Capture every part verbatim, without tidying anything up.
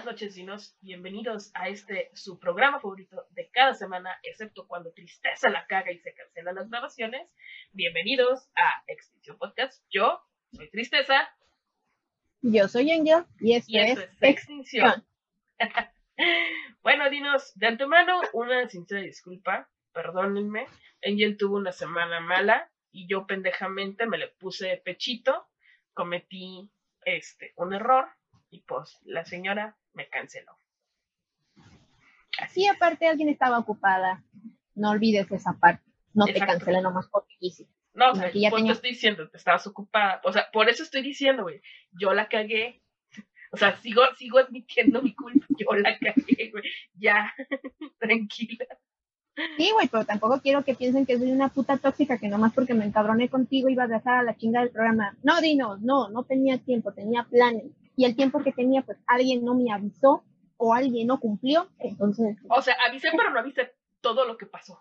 noches, dinos. Bienvenidos a este su programa favorito de cada semana, excepto cuando Tristeza la caga y se cancelan las grabaciones. Bienvenidos a Extinción Podcast. Yo soy Tristeza. Yo soy Angel y esto, y esto es, es Extinción. Bueno, dinos, de antemano, una sincera disculpa. Perdónenme. Angel tuvo una semana mala y yo pendejamente me le puse pechito. Cometí este un error. Y pues la señora me canceló. Así y aparte alguien estaba ocupada. No olvides esa parte. No Exacto. Te cancelé nomás porque quise. No, o sea, pues tenía... te estoy diciendo, te estabas ocupada. O sea, por eso estoy diciendo, güey. Yo la cagué. O sea, sigo, sigo admitiendo mi culpa. Yo la cagué, güey. Ya, tranquila. Sí, güey, pero tampoco quiero que piensen que soy una puta tóxica que nomás porque me encabroné contigo iba a dejar a la chinga del programa. No, Dinos, no, no tenía tiempo, tenía planes. Y el tiempo que tenía, pues alguien no me avisó o alguien no cumplió, entonces... O sea, avisé, pero no avisé todo lo que pasó.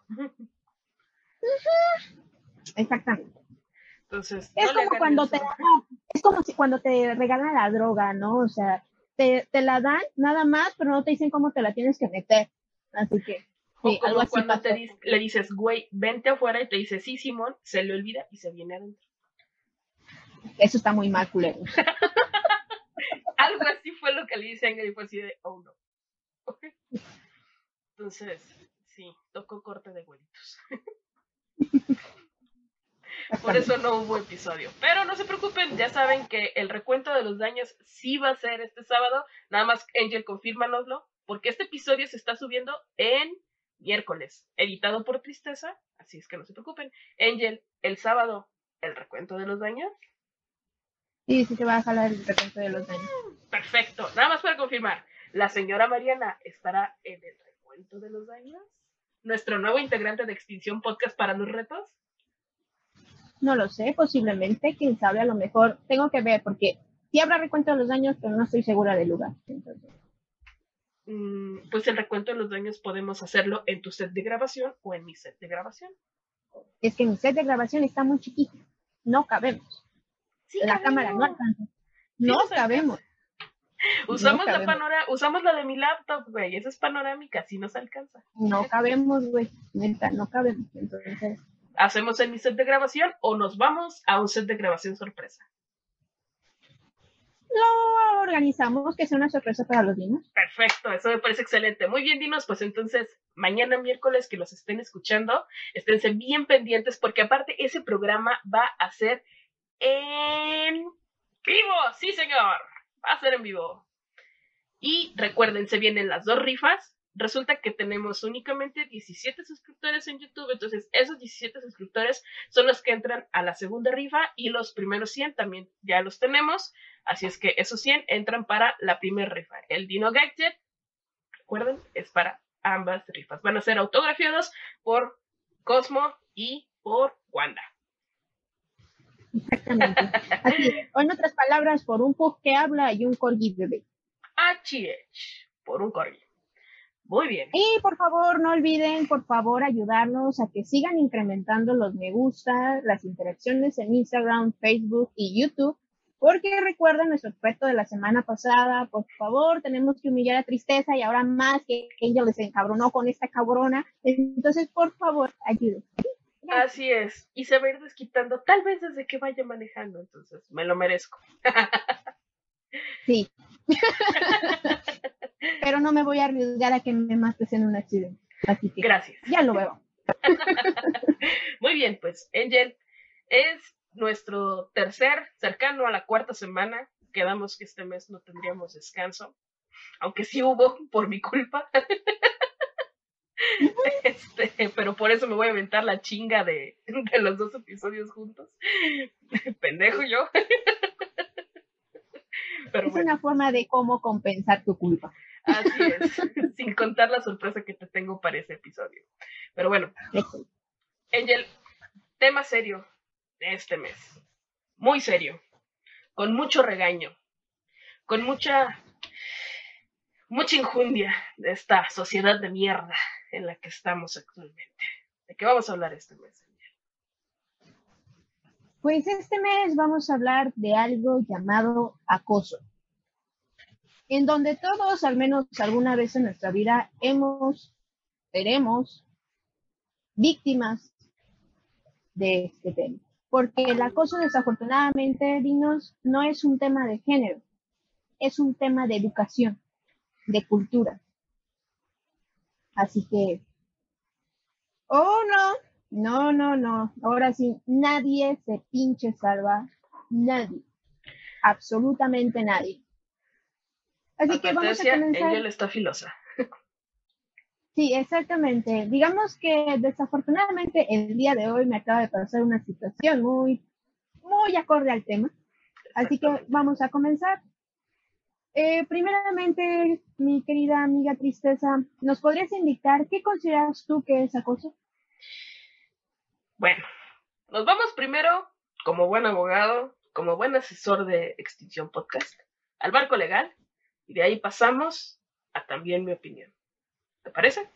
Exactamente. Entonces, es no como cuando te es como si cuando te regalan la droga, ¿no? O sea, te, te la dan nada más, pero no te dicen cómo te la tienes que meter. Así que... O sí, como cuando te di- le dices, güey, vente afuera y te dice, sí, Simón, se le olvida y se viene adentro. Eso está muy mal, culero. Algo así fue lo que le dice a Angel y fue así de, oh no. Okay. Entonces, sí, tocó corte de huelitos. Por eso no hubo episodio. Pero no se preocupen, ya saben que el recuento de los daños sí va a ser este sábado. Nada más, Angel, confírmanoslo, porque este episodio se está subiendo en miércoles, editado por Tristeza, así es que no se preocupen. Angel, el sábado, ¿el recuento de los daños? Sí, sí se va a jalar el recuento de los daños. Perfecto, nada más para confirmar, ¿la señora Mariana estará en el recuento de los daños? ¿Nuestro nuevo integrante de Extinción Podcast para los retos? No lo sé, posiblemente, quién sabe, a lo mejor tengo que ver, porque sí habrá recuento de los daños, pero no estoy segura del lugar. Entonces. Mm, pues el recuento de los daños podemos hacerlo en tu set de grabación o en mi set de grabación. Es que mi set de grabación está muy chiquito, no cabemos. Sí, la cabemos. cámara no alcanza. No sí cabemos. Usamos, no cabemos. La panora usamos la de mi laptop, güey, esa es panorámica, sí nos alcanza. No cabemos, güey, neta, no cabemos. Entonces... ¿hacemos en mi set de grabación o nos vamos a un set de grabación sorpresa? Lo organizamos, que sea una sorpresa para los dinos. Perfecto, eso me parece excelente. Muy bien, dinos, pues entonces mañana miércoles que los estén escuchando, esténse bien pendientes porque aparte ese programa va a ser en vivo, sí señor, va a ser en vivo. Y recuerden, se vienen las dos rifas. Resulta que tenemos únicamente diecisiete suscriptores en YouTube, entonces esos diecisiete suscriptores son los que entran a la segunda rifa y los primeros cien también ya los tenemos, así es que esos cien entran para la primera rifa. El Dino Gadget, recuerden, es para ambas rifas. Van a ser autografiados por Cosmo y por Wanda. Exactamente. Así, o en otras palabras, por un pug que habla y un corgi bebé. H H, por un corgi. Muy bien. Y por favor, no olviden, por favor, ayudarnos a que sigan incrementando los me gusta, las interacciones en Instagram, Facebook y YouTube, porque recuerden nuestro reto de la semana pasada, por favor, tenemos que humillar a Tristeza y ahora más que ella les encabronó con esta cabrona, entonces, por favor, ayuden. Así es, y se va a ir desquitando, tal vez desde que vaya manejando, entonces me lo merezco. Sí. Pero no me voy a arriesgar a que me mates en un accidente. Así que gracias. Ya lo veo. Muy bien, pues Angel, es nuestro tercer, cercano a la cuarta semana. Quedamos que este mes no tendríamos descanso, aunque sí hubo por mi culpa. Este, pero por eso me voy a aventar la chinga de, de los dos episodios juntos. Pendejo yo. Pero es bueno. Una forma de cómo compensar tu culpa. Así es, sin contar la sorpresa que te tengo para ese episodio. Pero bueno, Angel, tema serio de este mes. Muy serio. Con mucho regaño. Con mucha, mucha injundia de esta sociedad de mierda en la que estamos actualmente. ¿De qué vamos a hablar este mes, Angel? Pues este mes vamos a hablar de algo llamado acoso. en donde todos, al menos alguna vez en nuestra vida, hemos, seremos víctimas de este tema. Porque el acoso, desafortunadamente, Dinos, no es un tema de género, es un tema de educación, de cultura. Así que, oh no, no, no, no, ahora sí, nadie se pinche salva, nadie, absolutamente nadie. Así que vamos a comenzar. Angel está filosa. Sí, exactamente. Digamos que desafortunadamente el día de hoy me acaba de pasar una situación muy, muy acorde al tema. Así que vamos a comenzar. Eh, primeramente, mi querida amiga Tristeza, ¿nos podrías indicar qué consideras tú que es acoso? Bueno, nos vamos primero, como buen abogado, como buen asesor de Extinción Podcast, al marco legal, y de ahí pasamos a también mi opinión. ¿Te parece?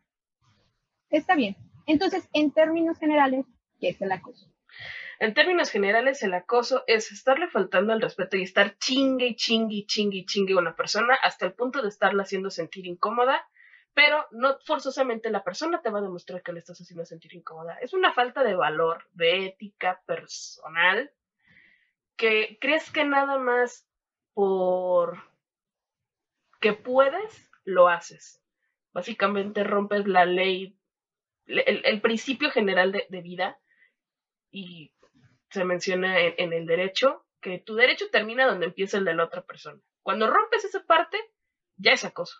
Está bien. Entonces, en términos generales, ¿qué es el acoso? En términos generales, el acoso es estarle faltando al respeto y estar chingue y chingue y chingue y chingue a una persona hasta el punto de estarla haciendo sentir incómoda, pero no forzosamente la persona te va a demostrar que le estás haciendo sentir incómoda. Es una falta de valor, de ética personal, que crees que nada más por que puedes, lo haces. Básicamente rompes la ley, el, el principio general de, de vida, y se menciona en, en el derecho que tu derecho termina donde empieza el de la otra persona. Cuando rompes esa parte, ya es acoso.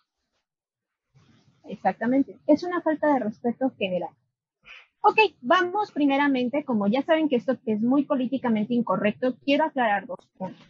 Exactamente. Es una falta de respeto general. Ok, vamos primeramente, como ya saben que esto es muy políticamente incorrecto, quiero aclarar dos puntos.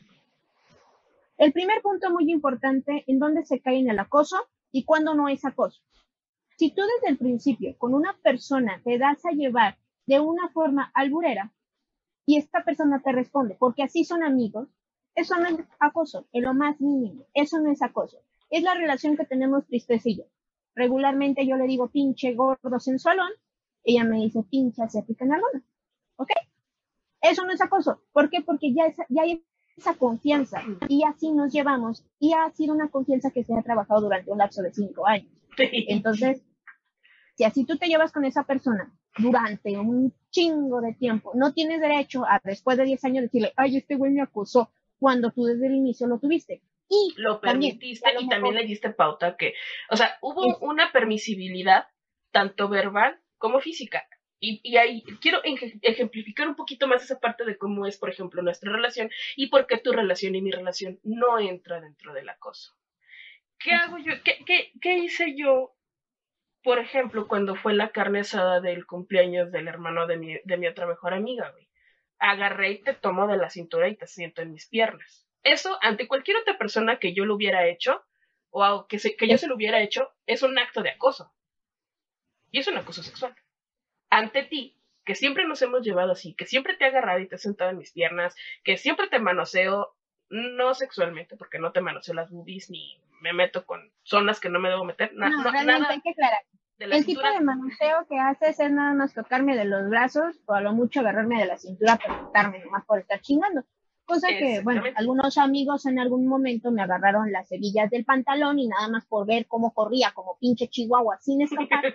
El primer punto muy importante, en dónde se cae en el acoso y cuándo no es acoso. Si tú desde el principio con una persona te das a llevar de una forma alburera y esta persona te responde, porque así son amigos, eso no es acoso, en lo más mínimo, eso no es acoso. Es la relación que tenemos Tristeza y yo. Regularmente yo le digo pinche gordo sensualón, ella me dice pinche asiática en alguna, ¿ok? Eso no es acoso. ¿Por qué? Porque ya, es, ya hay esa confianza y así nos llevamos y ha sido una confianza que se ha trabajado durante un lapso de cinco años. Entonces, si así tú te llevas con esa persona durante un chingo de tiempo, no tienes derecho a después de diez años decirle, ay, este güey me acosó, cuando tú desde el inicio lo tuviste. Y lo permitiste también, y también le diste pauta que, o sea, hubo es, una permisibilidad tanto verbal como física. Y, y ahí quiero ejemplificar un poquito más esa parte de cómo es, por ejemplo, nuestra relación y por qué tu relación y mi relación no entra dentro del acoso. ¿Qué hago yo? ¿Qué, qué, qué hice yo? Por ejemplo, cuando fue la carne asada del cumpleaños del hermano de mi, de mi otra mejor amiga, güey. Agarré y te tomo de la cintura y te siento en mis piernas. Eso, ante cualquier otra persona que yo lo hubiera hecho, o que, se, que yo se lo hubiera hecho, es un acto de acoso. Y es un acoso sexual. Ante ti, que siempre nos hemos llevado así, que siempre te he agarrado y te he sentado en mis piernas, que siempre te manoseo, no sexualmente, porque no te manoseo las boobies, ni me meto con zonas que no me debo meter. Na, no, no, realmente nada hay que aclarar. El cintura... tipo de manoseo que haces es nada más tocarme de los brazos o a lo mucho agarrarme de la cintura para tocarme nomás por estar chingando. Cosa que, bueno, algunos amigos en algún momento me agarraron las hebillas del pantalón y nada más por ver cómo corría como pinche chihuahua sin escapar.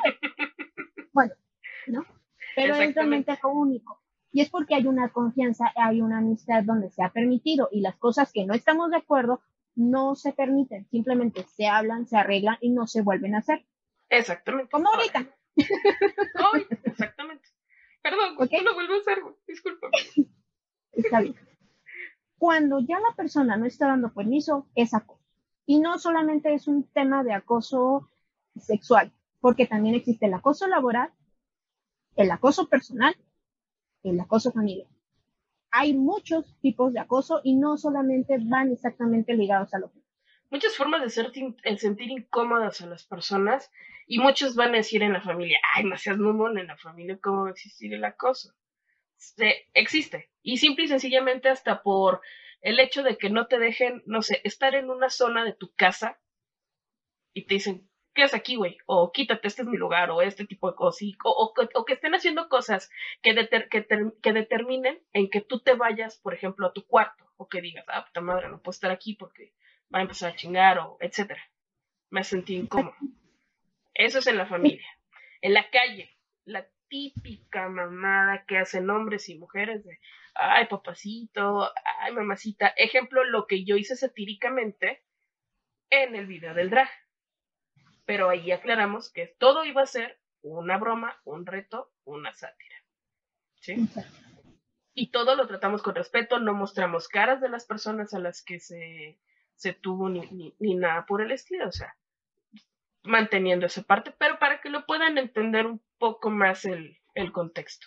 Bueno, ¿no? Pero es realmente lo único. Y es porque hay una confianza, hay una amistad donde se ha permitido y las cosas que no estamos de acuerdo no se permiten. Simplemente se hablan, se arreglan y no se vuelven a hacer. Exactamente. Como ahorita. Ay, exactamente. Perdón, ¿okay? Tú lo vuelvo a hacer, discúlpame. Está bien. Cuando ya la persona no está dando permiso, es acoso. Y no solamente es un tema de acoso sexual, porque también existe el acoso laboral, el acoso personal, el acoso familiar. Hay muchos tipos de acoso y no solamente van exactamente ligados a lo que muchas formas de ser, el sentir incómodas a las personas y muchos van a decir en la familia, ay, no seas mamón, en la familia cómo va a existir el acoso. Se, existe y simple y sencillamente hasta por el hecho de que no te dejen, no sé, estar en una zona de tu casa y te dicen, ¿qué haces aquí, güey? O quítate, este es mi lugar, o este tipo de cosas, o, o, o que estén haciendo cosas que, deter, que, ter, que determinen en que tú te vayas, por ejemplo, a tu cuarto, o que digas, ah, puta madre, no puedo estar aquí porque va a empezar a chingar o etcétera. Me sentí incómodo. Eso es en la familia. En la calle, la típica mamada que hacen hombres y mujeres de, ay, papacito, ay, mamacita. Ejemplo, lo que yo hice satíricamente en el video del drag. Pero ahí aclaramos que todo iba a ser una broma, un reto, una sátira. ¿Sí? Y todo lo tratamos con respeto, no mostramos caras de las personas a las que se, se tuvo ni, ni, ni nada por el estilo, o sea, manteniendo esa parte, pero para que lo puedan entender un poco más el, el contexto.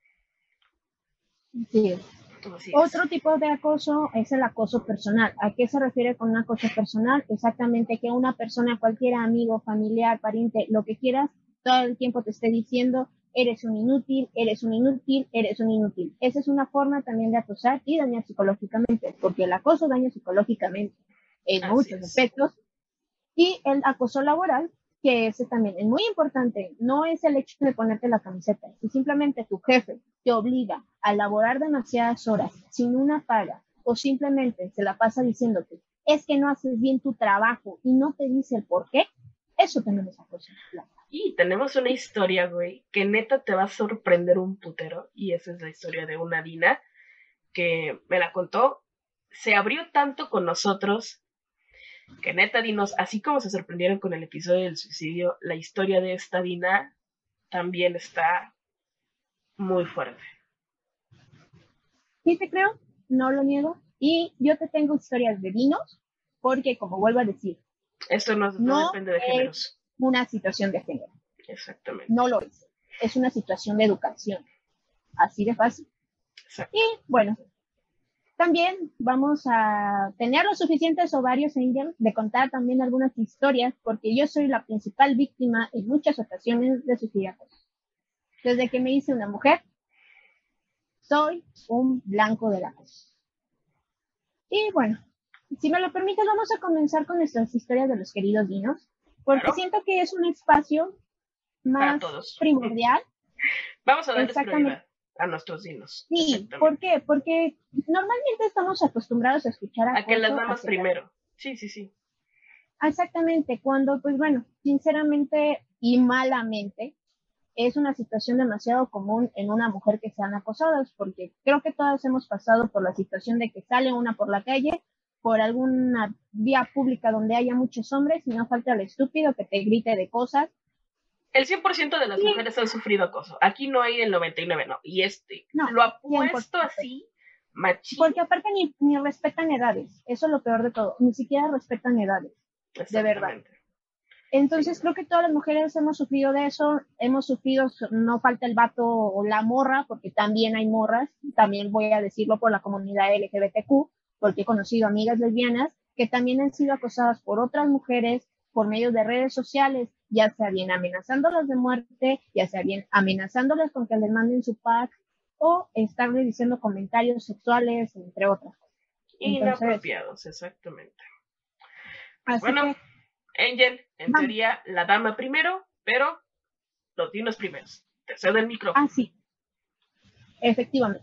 Sí. Así Otro es. Tipo de acoso es el acoso personal. ¿A qué se refiere con un acoso personal? Exactamente que una persona, cualquiera, amigo, familiar, pariente, lo que quieras, todo el tiempo te esté diciendo, eres un inútil, eres un inútil, eres un inútil. Esa es una forma también de acosar y dañar psicológicamente, porque el acoso daña psicológicamente en Así muchos es. aspectos. Y el acoso laboral, que ese también es muy importante, no es el hecho de ponerte la camiseta, si simplemente tu jefe te obliga a laborar demasiadas horas sin una paga o simplemente se la pasa diciéndote, es que no haces bien tu trabajo y no te dice el por qué, eso también es acoso. Y tenemos una historia, güey, que neta te va a sorprender un putero, y esa es la historia de una Dina que me la contó, se abrió tanto con nosotros que neta, dinos, así como se sorprendieron con el episodio del suicidio, la historia de esta Dina también está muy fuerte. Sí te creo, no lo niego, y yo te tengo historias de dinos, porque como vuelvo a decir, esto no, no, no depende de géneros. Es una situación de género. Exactamente. No lo es. Es una situación de educación. Así de fácil. Exacto. Y bueno, también vamos a tener los suficientes ovarios, Angel, de contar también algunas historias, porque yo soy la principal víctima en muchas ocasiones de suicidio. Desde que me hice una mujer, soy un blanco de la cosa. Y bueno, si me lo permites, vamos a comenzar con nuestras historias de los queridos dinos, porque claro. siento que es un espacio más primordial. Vamos a darles prioridad a nuestros dinos. Sí, ¿por qué? Porque normalmente estamos acostumbrados a escuchar a, a que las damas primero. Sí, sí, sí. Exactamente, cuando, pues bueno, sinceramente y malamente, es una situación demasiado común en una mujer que sean acosadas, porque creo que todas hemos pasado por la situación de que sale una por la calle, por alguna vía pública donde haya muchos hombres y no falta el estúpido que te grite de cosas. El cien por ciento de las sí. mujeres han sufrido acoso. Aquí no hay el noventa y nueve, no. Y este no, lo ha puesto así, machín. Porque aparte ni, ni respetan edades. Eso es lo peor de todo. Ni siquiera respetan edades. De verdad. Entonces sí. creo que todas las mujeres hemos sufrido de eso. Hemos sufrido, no falta el vato o la morra, porque también hay morras. También voy a decirlo por la comunidad L G B T Q, porque he conocido amigas lesbianas que también han sido acosadas por otras mujeres por medio de redes sociales, ya sea bien amenazándolas de muerte, ya sea bien amenazándolas con que les manden su pack, o estarle diciendo comentarios sexuales, entre otras cosas. Inapropiados, exactamente. Así bueno, que, Angel, en vamos. teoría, la dama primero, pero los dinos primeros. Te cedo el micrófono. Ah, sí. Efectivamente.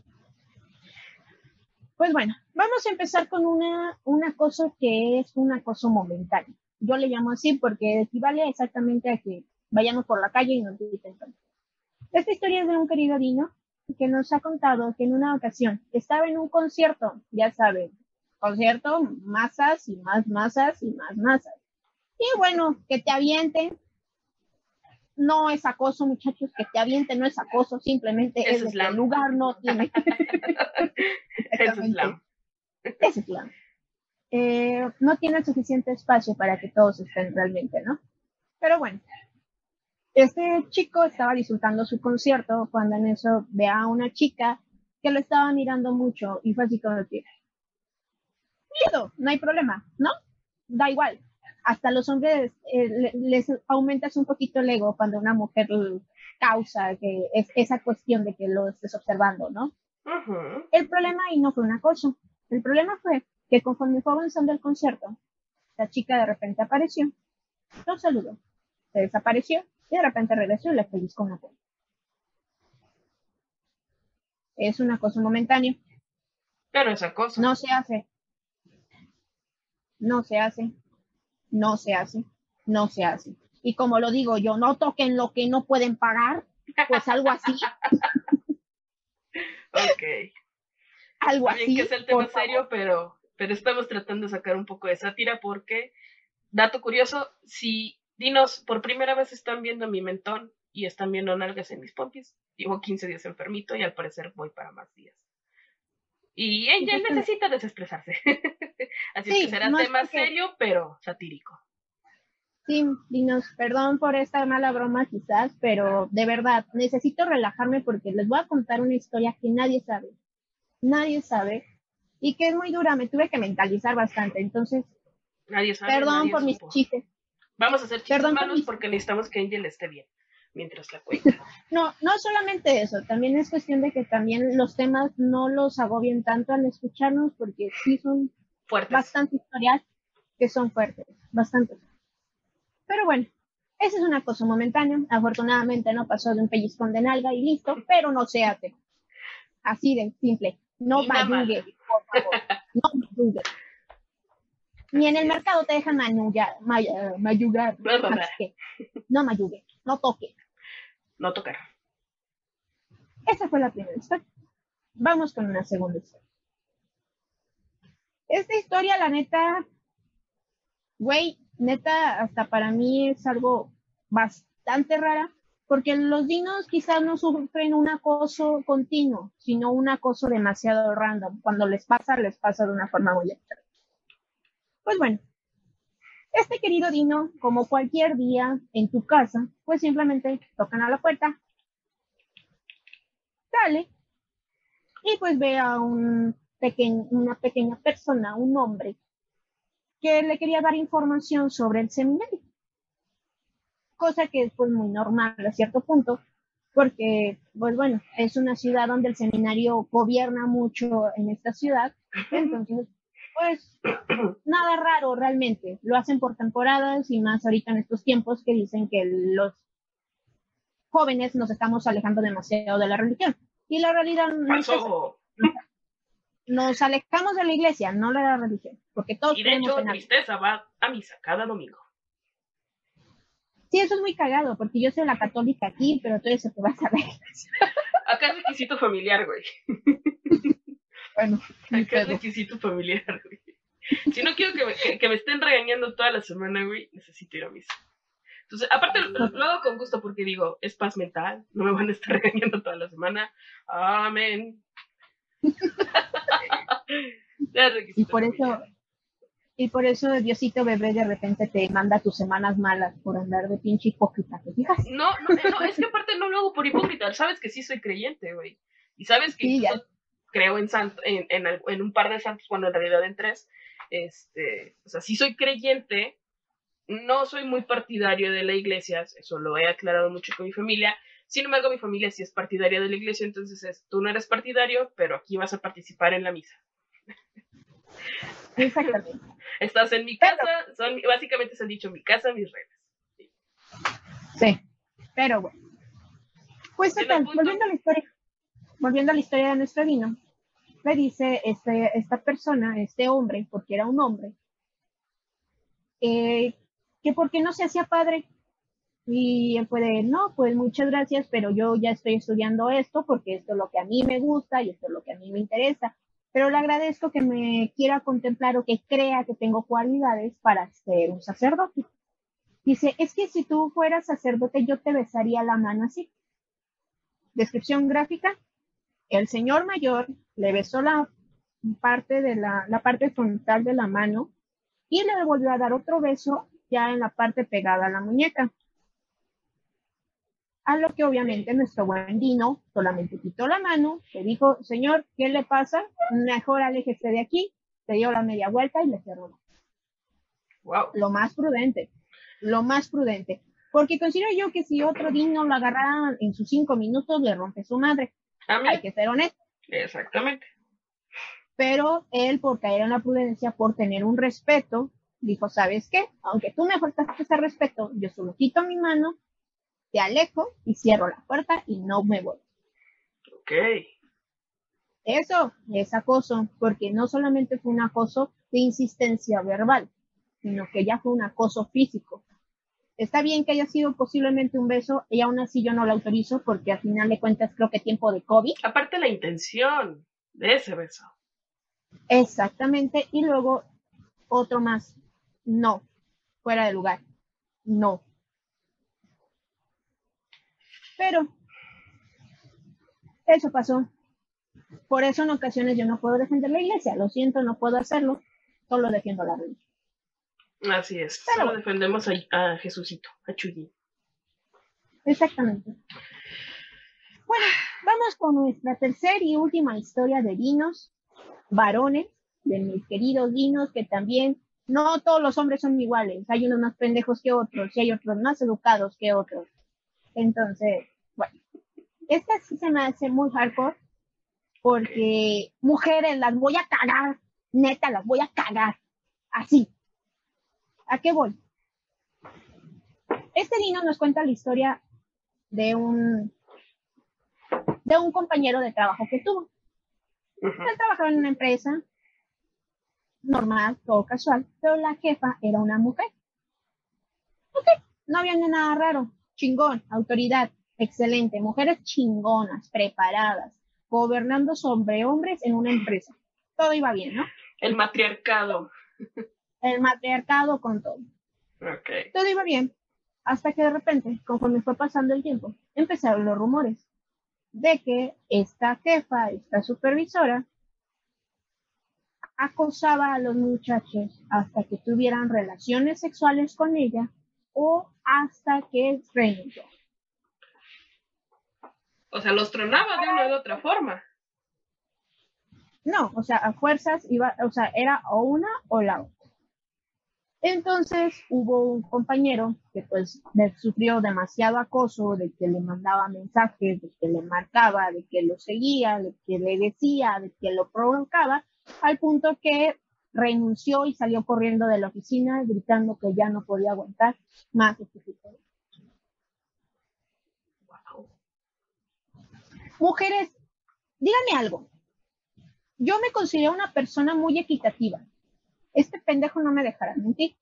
Pues bueno, vamos a empezar con una, un acoso que es un acoso momentáneo. Yo le llamo así porque equivale exactamente a que vayamos por la calle y nos griten. Esta historia es de un querido Dino que nos ha contado que en una ocasión estaba en un concierto, ya saben, concierto, masas y más masas y más masas. Y bueno, que te avienten, no es acoso, muchachos, que te avienten no es acoso, simplemente es, es de que el lugar no tiene. Es slam. Es slam. Eh, no tiene suficiente espacio para que todos estén realmente, ¿no? Pero bueno, este chico estaba disfrutando su concierto cuando en eso ve a una chica que lo estaba mirando mucho y fue así como que, miedo, no hay problema, ¿no? Da igual. Hasta los hombres eh, les aumentas un poquito el ego cuando una mujer causa que es esa cuestión de que lo estés observando, ¿no? Uh-huh. El problema ahí no fue un acoso. El problema fue que conforme fue avanzando el concierto, la chica de repente apareció, lo saludó, se desapareció y de repente regresó y le pellizcó una puerta. Es un acoso momentáneo. Pero es acoso. No se hace. no se hace, no se hace, no se hace. Y como lo digo yo, no toquen lo que no pueden pagar, pues algo así. Ok. Algo Está bien así. que es el tema serio, pero, pero estamos tratando de sacar un poco de sátira porque, dato curioso, si dinos, por primera vez están viendo mi mentón y están viendo nalgas en mis pompis, llevo quince días enfermito y al parecer voy para más días. Y ella necesita desestresarse. Así sí, es que será no tema es porque... serio, pero satírico. Sí, dinos, perdón por esta mala broma quizás, pero de verdad, necesito relajarme porque les voy a contar una historia que nadie sabe. Nadie sabe. Y que es muy dura, me tuve que mentalizar bastante. Entonces, nadie sabe, perdón nadie por supo. mis chistes. Vamos a hacer chistes perdón malos mis... porque necesitamos que Angel esté bien mientras la cuenta. No, no solamente eso, también es cuestión de que también los temas no los agobien tanto al escucharnos porque sí son fuertes. Bastante historias que son fuertes, bastante. Pero bueno, esa es una cosa momentánea. Afortunadamente no pasó de un pellizcón de nalga y listo, pero no se hace. Así de simple. No mayugue, por favor. No mayugue. Ni en el mercado te dejan mayugar. May, uh, mayugar. No mayugue, no toque. No tocar. Esa fue la primera historia. Vamos con una segunda historia. Esta historia, la neta, güey, neta, hasta para mí es algo bastante rara, porque los dinos quizás no sufren un acoso continuo, sino un acoso demasiado random. Cuando les pasa, les pasa de una forma muy extraña. Pues bueno, este querido dino, como cualquier día en tu casa, pues simplemente tocan a la puerta, sale, y pues ve a un pequeño, una pequeña persona, un hombre, que le quería dar información sobre el seminario. Cosa que es pues muy normal a cierto punto, porque pues bueno, es una ciudad donde el seminario gobierna mucho en esta ciudad, entonces pues nada raro realmente, lo hacen por temporadas y más ahorita en estos tiempos que dicen que los jóvenes nos estamos alejando demasiado de la religión y la realidad no es eso. Nos alejamos de la iglesia, no de la religión, porque todos y de hecho Tristeza va a misa cada domingo. Sí, eso es muy cagado, porque yo soy la católica aquí, pero tú eres el que vas a ver. Acá es requisito familiar, güey. Bueno, acá es requisito familiar, güey. Si no quiero que me, que, que me estén regañando toda la semana, güey, necesito ir a misa. Entonces, aparte, lo, lo hago con gusto porque digo, es paz mental, no me van a estar regañando toda la semana. Amén. y por familiar. eso... Y por eso Diosito bebé de repente te manda tus semanas malas por andar de pinche hipócrita, ¿te fijas? No, no, no, es que aparte no lo hago por hipócrita, sabes que sí soy creyente, güey. Y sabes que sí, incluso creo en, santo, en, en, en un par de santos, cuando en realidad en tres. Este, o sea, sí soy creyente, no soy muy partidario de la iglesia, eso lo he aclarado mucho con mi familia. Sin embargo, mi familia sí es partidaria de la iglesia, entonces es, tú no eres partidario, pero aquí vas a participar en la misa. Exactamente. Estás en mi casa, pero, son, básicamente se han dicho mi casa, mis reglas. Sí, sí, pero bueno. Pues total, volviendo a la historia, volviendo a la historia de nuestro vino, me dice este, esta persona, este hombre, porque era un hombre, eh, que por qué no se hacía padre. Y él puede, no, pues muchas gracias, pero yo ya estoy estudiando esto porque esto es lo que a mí me gusta y esto es lo que a mí me interesa. Pero le agradezco que me quiera contemplar o que crea que tengo cualidades para ser un sacerdote. Dice, es que si tú fueras sacerdote, yo te besaría la mano así. Descripción gráfica, el señor mayor le besó la parte, de la, la parte frontal de la mano y le volvió a dar otro beso ya en la parte pegada a la muñeca. A lo que obviamente nuestro buen Dino solamente quitó la mano, le dijo, señor, ¿qué le pasa? Mejor aléjese de aquí, se dio la media vuelta y le cerró. Wow. Lo más prudente, lo más prudente. Porque considero yo que si otro Dino lo agarrara en sus cinco minutos, le rompe su madre. Hay que ser honesto. Exactamente. Pero él, por caer en la prudencia, por tener un respeto, dijo, ¿sabes qué? Aunque tú me faltaste ese respeto, yo solo quito mi mano, te alejo y cierro la puerta y no me voy. Ok. Eso es acoso, porque no solamente fue un acoso, de insistencia verbal, sino que ya fue un acoso físico. Está bien que haya sido posiblemente un beso y aún así yo no lo autorizo porque al final de cuentas creo que tiempo de COVID. Aparte la intención de ese beso. Exactamente. Y luego otro más. No. Fuera de lugar. No. Pero eso pasó. Por eso en ocasiones yo no puedo defender la iglesia. Lo siento, no puedo hacerlo. Solo defiendo la religión. Así es. Pero Solo bueno. defendemos a, a Jesucito, a Chuyín. Exactamente. Bueno, vamos con nuestra tercera y última historia de dinos, varones, de mis queridos dinos, que también no todos los hombres son iguales. Hay unos más pendejos que otros y hay otros más educados que otros. Entonces, bueno, esta sí se me hace muy hardcore porque mujeres las voy a cagar, neta, las voy a cagar. Así. ¿A qué voy? Este dino nos cuenta la historia de un de un compañero de trabajo que tuvo. Uh-huh. Él trabajaba en una empresa normal, todo casual, pero la jefa era una mujer. Ok, no había nada raro. Chingón, autoridad, excelente, mujeres chingonas, preparadas, gobernando sobre hombres en una empresa. Todo iba bien, ¿no? El matriarcado. El matriarcado con todo. Okay. Todo iba bien, hasta que de repente, conforme fue pasando el tiempo, empezaron los rumores de que esta jefa, esta supervisora, acosaba a los muchachos hasta que tuvieran relaciones sexuales con ella o hasta que renunció. O sea, los tronaba de una u otra forma. No, o sea, a fuerzas iba, o sea, era o una o la otra. Entonces hubo un compañero que pues sufrió demasiado acoso, de que le mandaba mensajes, de que le marcaba, de que lo seguía, de que le decía, de que lo provocaba, al punto que renunció y salió corriendo de la oficina gritando que ya no podía aguantar más este tipo de cosas. Wow. Mujeres, díganme algo. Yo me considero una persona muy equitativa. Este pendejo no me dejará mentir.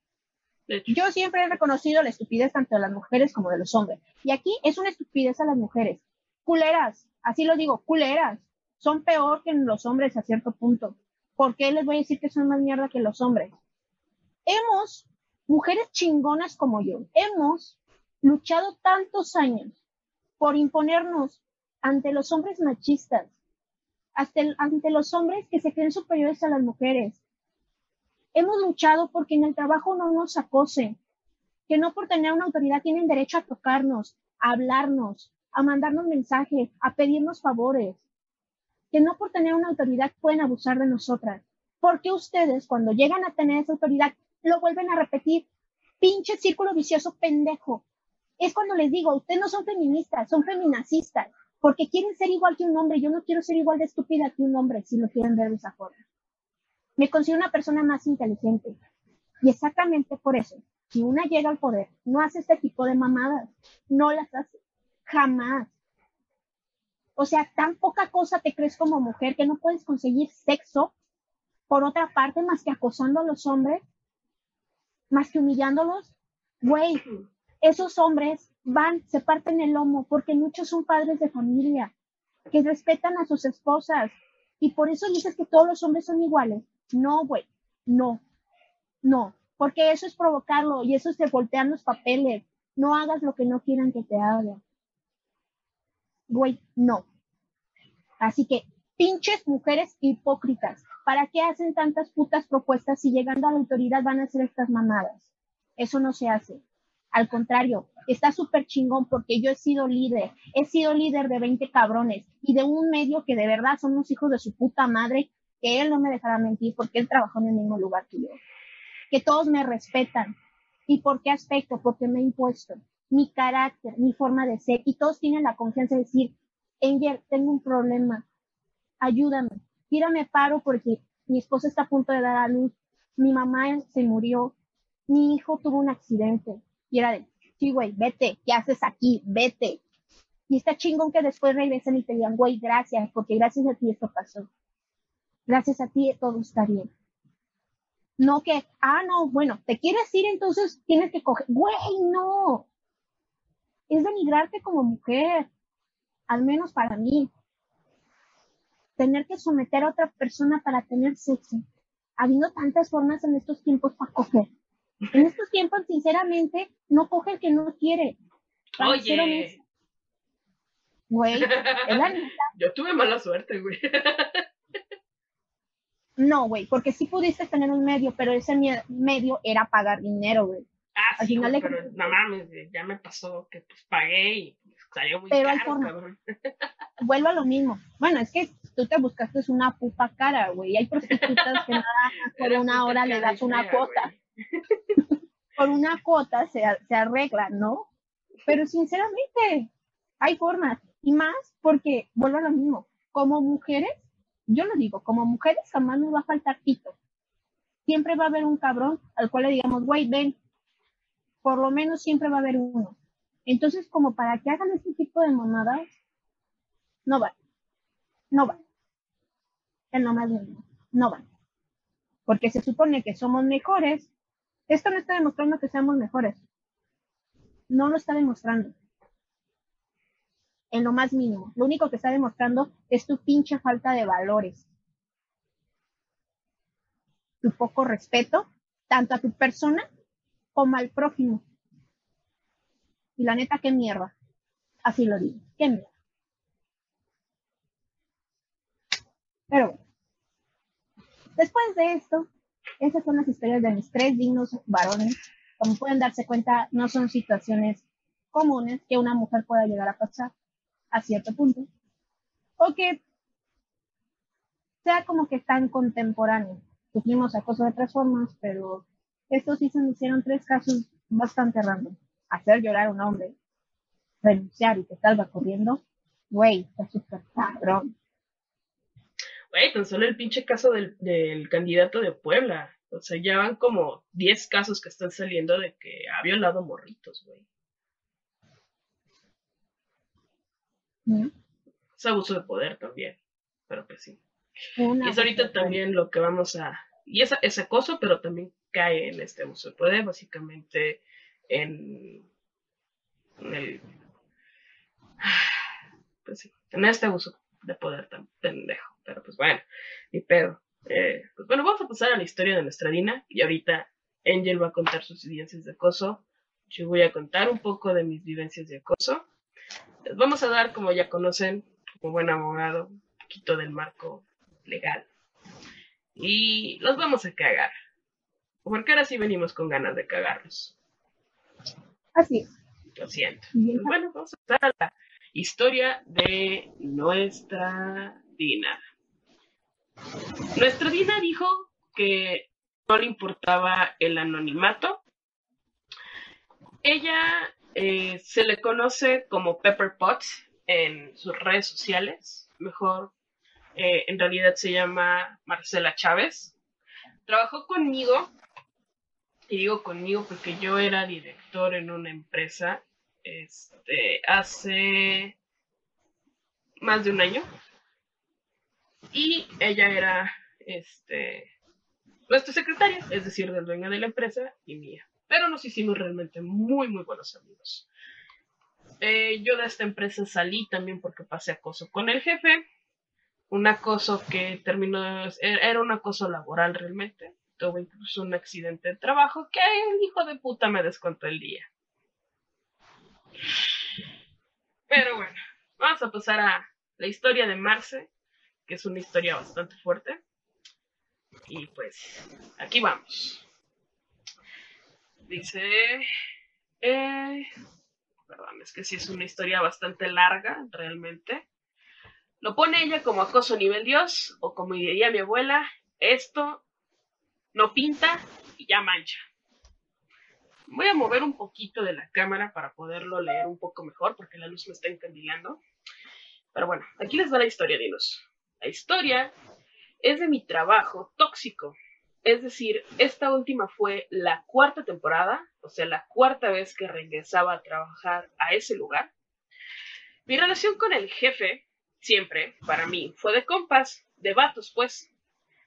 Yo siempre he reconocido la estupidez tanto de las mujeres como de los hombres. Y aquí es una estupidez a las mujeres. Culeras, así lo digo, culeras. Son peor que los hombres a cierto punto. ¿Por qué les voy a decir que son más mierda que los hombres? Hemos, mujeres chingonas como yo, hemos luchado tantos años por imponernos ante los hombres machistas, hasta el, ante los hombres que se creen superiores a las mujeres. Hemos luchado porque en el trabajo no nos acosen, que no por tener una autoridad tienen derecho a tocarnos, a hablarnos, a mandarnos mensajes, a pedirnos favores, que no por tener una autoridad pueden abusar de nosotras. Porque ustedes, cuando llegan a tener esa autoridad, lo vuelven a repetir. Pinche círculo vicioso pendejo. Es cuando les digo, ustedes no son feministas, son feminacistas, porque quieren ser igual que un hombre. Yo no quiero ser igual de estúpida que un hombre, si lo quieren ver de esa forma. Me considero una persona más inteligente. Y exactamente por eso, si una llega al poder, no hace este tipo de mamadas. No las hace. Jamás. O sea, tan poca cosa te crees como mujer que no puedes conseguir sexo por otra parte más que acosando a los hombres, más que humillándolos. Güey, esos hombres van, se parten el lomo porque muchos son padres de familia que respetan a sus esposas y por eso dices que todos los hombres son iguales. No, güey, no, no, porque eso es provocarlo y eso es de voltear los papeles. No hagas lo que no quieran que te hagan. Güey, no. Así que, pinches mujeres hipócritas, ¿para qué hacen tantas putas propuestas si llegando a la autoridad van a hacer estas mamadas? Eso no se hace. Al contrario, está súper chingón porque yo he sido líder, he sido líder de veinte cabrones y de un medio que de verdad son unos hijos de su puta madre, que él no me dejará mentir porque él trabajó en el mismo lugar que yo. Que todos me respetan. ¿Y por qué aspecto? Porque me he impuesto mi carácter, mi forma de ser y todos tienen la confianza de decir, Angel, tengo un problema, ayúdame, tírame paro porque mi esposa está a punto de dar a luz, mi mamá se murió, mi hijo tuvo un accidente, y era de, sí, güey, vete, ¿qué haces aquí? Vete. Y está chingón que después regresen y te digan, güey, gracias, porque gracias a ti esto pasó. Gracias a ti todo está bien. No que, ah, no, bueno, te quieres ir, entonces tienes que coger. Güey, no. Es denigrarte como mujer, al menos para mí. Tener que someter a otra persona para tener sexo, habiendo tantas formas en estos tiempos para coger. En estos tiempos, sinceramente, no coge el que no quiere. Para Oye. ser honesto. Güey, es la neta. Yo tuve mala suerte, güey. No, güey, porque sí pudiste tener un medio, pero ese medio era pagar dinero, güey. Ah, Al sí, final güey, de pero no mames, ya me pasó que pues pagué y salió muy pero hay caro, forma. cabrón. Vuelvo a lo mismo. Bueno, es que tú te buscaste una pupa cara, güey. Hay prostitutas que nada más por Era una puta hora le cara y das una fea, cuota. güey. Por una cuota se, se arregla, ¿no? Pero sinceramente, hay formas. Y más porque, vuelvo a lo mismo, como mujeres, yo lo digo, como mujeres jamás nos va a faltar pito. Siempre va a haber un cabrón al cual le digamos, güey, ven. Por lo menos siempre va a haber uno. Entonces, como para que hagan este tipo de mamadas, no va. No va. El no más mínimo. No va. Porque se supone que somos mejores. Esto no está demostrando que seamos mejores. No lo está demostrando. En lo más mínimo. Lo único que está demostrando es tu pinche falta de valores. Tu poco respeto, tanto a tu persona como al prójimo. Y la neta, qué mierda. Así lo digo. Qué mierda. Pero bueno. Después de esto, esas son las historias de mis tres dignos varones. Como pueden darse cuenta, no son situaciones comunes que una mujer pueda llegar a pasar a cierto punto. O que sea como que tan contemporáneo. Sufrimos acoso de otras formas, pero estos sí se me hicieron tres casos bastante random. Hacer llorar a un hombre, renunciar y que salga corriendo, güey, está súper cabrón. Güey, tan solo el pinche caso del, del candidato de Puebla. O sea, ya van como diez casos que están saliendo de que ha violado morritos, güey. ¿Mm? Es abuso de poder también, pero pues sí. Un Y es abuso de ahorita poder. también lo que vamos a... Y es, es acoso, pero también cae en este abuso de poder, básicamente en, en el... Pues sí, en este abuso de poder tan pendejo. Pero pues bueno, ni pedo. Eh, pues bueno, vamos a pasar a la historia de nuestra Dina. Y ahorita Angel va a contar sus vivencias de acoso. Yo voy a contar un poco de mis vivencias de acoso. Les vamos a dar, como ya conocen, como buen abogado, un poquito del marco legal. Y los vamos a cagar. Porque ahora sí venimos con ganas de cagarlos. Así es. Lo siento. Bien. Pues bueno, vamos a pasar a la historia de nuestra Dina. Nuestra Dina dijo que no le importaba el anonimato. Ella eh, se le conoce como Pepper Potts en sus redes sociales. Mejor, eh, en realidad se llama Marcela Chávez. Trabajó conmigo, y digo conmigo porque yo era director en una empresa este, hace más de un año. Y ella era este, nuestra secretaria, es decir, del dueño de la empresa y mía. Pero nos hicimos realmente muy, muy buenos amigos. Eh, yo de esta empresa salí también porque pasé acoso con el jefe. Un acoso que terminó, era un acoso laboral realmente. Tuve incluso un accidente de trabajo que el hijo de puta me descontó el día. Pero bueno, vamos a pasar a la historia de Marce, que es una historia bastante fuerte. Y pues, aquí vamos. Dice... Eh, perdón, es que sí es una historia bastante larga, realmente. Lo pone ella como acoso nivel Dios, o como diría mi abuela, esto no pinta y ya mancha. Voy a mover un poquito de la cámara para poderlo leer un poco mejor, porque la luz me está encandilando. Pero bueno, aquí les va la historia, dinos. La historia es de mi trabajo tóxico. Es decir, esta última fue la cuarta temporada, o sea, la cuarta vez que regresaba a trabajar a ese lugar. Mi relación con el jefe, siempre, para mí, fue de compas, de vatos, pues.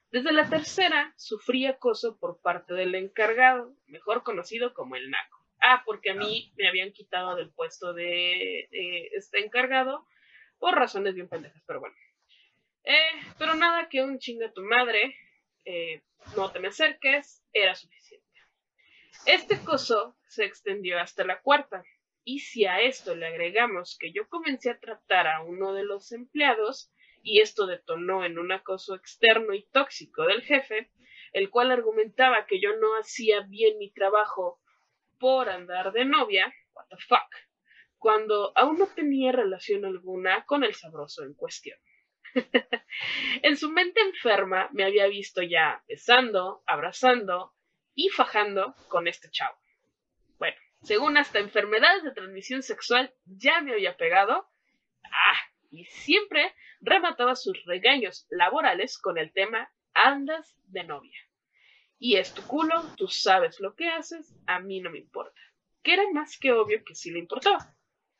Desde la tercera, sufrí acoso por parte del encargado, mejor conocido como el naco. Ah, porque a mí me habían quitado del puesto de, de este encargado por razones bien pendejas, pero bueno. Eh, pero nada que un chinga tu madre, eh, no te me acerques, era suficiente. Este acoso se extendió hasta la cuarta, y si a esto le agregamos que yo comencé a tratar a uno de los empleados, y esto detonó en un acoso externo y tóxico del jefe, el cual argumentaba que yo no hacía bien mi trabajo por andar de novia, what the fuck, cuando aún no tenía relación alguna con el sabroso en cuestión. En su mente enferma me había visto ya besando, abrazando y fajando con este chavo. Bueno, según hasta enfermedades de transmisión sexual ya me había pegado. Ah, y siempre remataba sus regaños laborales con el tema andas de novia. Y es tu culo, tú sabes lo que haces, a mí no me importa. Que era más que obvio que sí le importaba.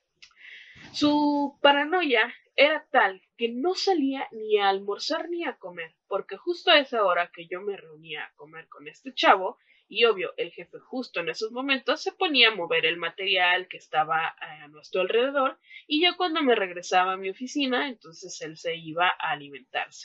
Su paranoia era tal que no salía ni a almorzar ni a comer, porque justo a esa hora que yo me reunía a comer con este chavo, y obvio, el jefe justo en esos momentos se ponía a mover el material que estaba a nuestro alrededor, y yo cuando me regresaba a mi oficina, entonces él se iba a alimentarse.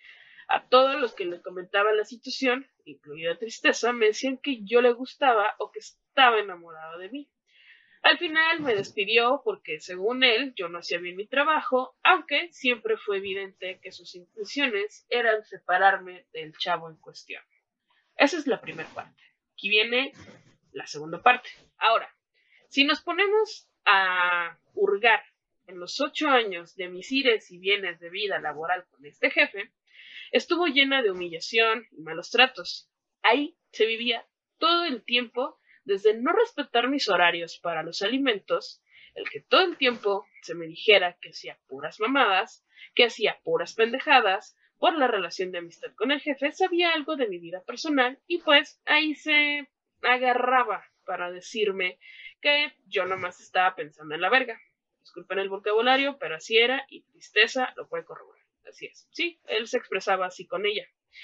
A todos los que le comentaba la situación, incluida Tristeza, me decían que yo le gustaba o que estaba enamorado de mí. Al final me despidió porque, según él, yo no hacía bien mi trabajo, aunque siempre fue evidente que sus intenciones eran separarme del chavo en cuestión. Esa es la primera parte. Aquí viene la segunda parte. Ahora, si nos ponemos a hurgar en los ocho años de mis ires y vienes de vida laboral con este jefe, estuvo llena de humillación y malos tratos. Ahí se vivía todo el tiempo desde no respetar mis horarios para los alimentos, el que todo el tiempo se me dijera que hacía puras mamadas, que hacía puras pendejadas, por la relación de amistad con el jefe, sabía algo de mi vida personal y pues ahí se agarraba para decirme que yo nomás estaba pensando en la verga. Disculpen el vocabulario, pero así era y Tristeza lo puede corroborar. Así es. Sí, él se expresaba así con ella.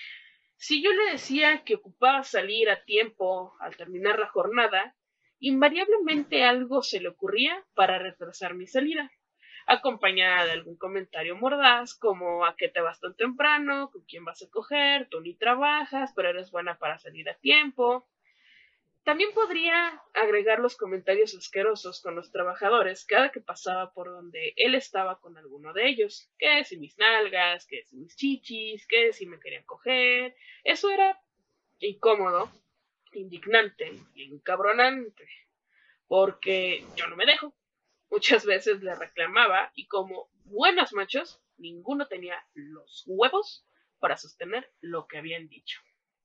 Si yo le decía que ocupaba salir a tiempo al terminar la jornada, invariablemente algo se le ocurría para retrasar mi salida, acompañada de algún comentario mordaz como a qué te vas tan temprano, con quién vas a coger, tú ni trabajas, pero eres buena para salir a tiempo. También podría agregar los comentarios asquerosos con los trabajadores cada que pasaba por donde él estaba con alguno de ellos. Que si mis nalgas, que si mis chichis, que si me querían coger. Eso era incómodo, indignante y encabronante. Porque yo no me dejo. Muchas veces le reclamaba y como buenos machos, ninguno tenía los huevos para sostener lo que habían dicho.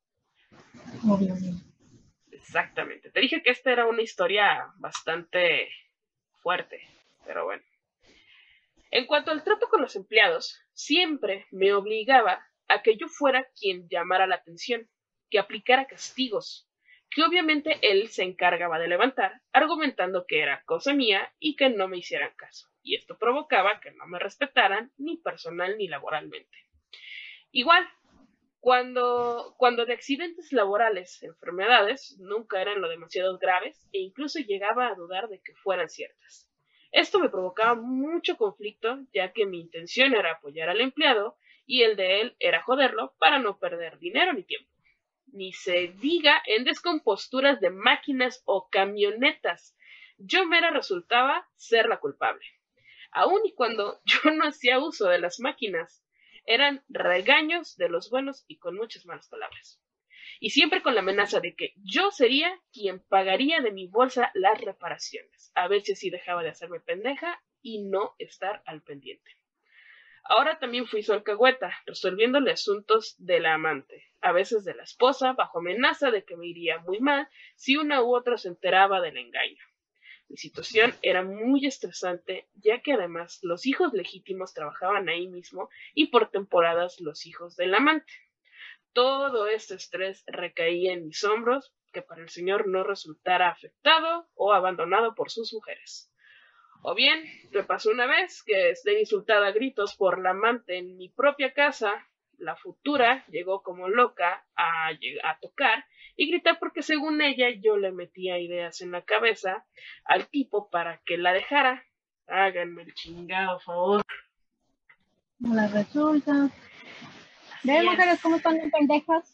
Obviamente. Exactamente. Te dije que esta era una historia bastante fuerte, pero bueno. En cuanto al trato con los empleados, siempre me obligaba a que yo fuera quien llamara la atención, que aplicara castigos, que obviamente él se encargaba de levantar, argumentando que era cosa mía y que no me hicieran caso. Y esto provocaba que no me respetaran ni personal ni laboralmente. Igual, Cuando, cuando de accidentes laborales, enfermedades, nunca eran lo demasiado graves e incluso llegaba a dudar de que fueran ciertas. Esto me provocaba mucho conflicto, ya que mi intención era apoyar al empleado y el de él era joderlo para no perder dinero ni tiempo. Ni se diga en descomposturas de máquinas o camionetas. Yo mera resultaba ser la culpable. Aun y cuando yo no hacía uso de las máquinas, eran regaños de los buenos y con muchas malas palabras. Y siempre con la amenaza de que yo sería quien pagaría de mi bolsa las reparaciones, a ver si así dejaba de hacerme pendeja y no estar al pendiente. Ahora también fui su alcahueta, resolviéndole asuntos de la amante, a veces de la esposa, bajo amenaza de que me iría muy mal si una u otra se enteraba del engaño. Mi situación era muy estresante, ya que además los hijos legítimos trabajaban ahí mismo y por temporadas los hijos del amante. Todo este estrés recaía en mis hombros, que para el señor no resultara afectado o abandonado por sus mujeres. O bien, me pasó una vez que esté insultada a gritos por la amante en mi propia casa, la futura llegó como loca a, a tocar y gritar porque según ella yo le metía ideas en la cabeza al tipo para que la dejara. Háganme el chingado favor. No les resulta. ¿Ven, mujeres, cómo están de pendejas?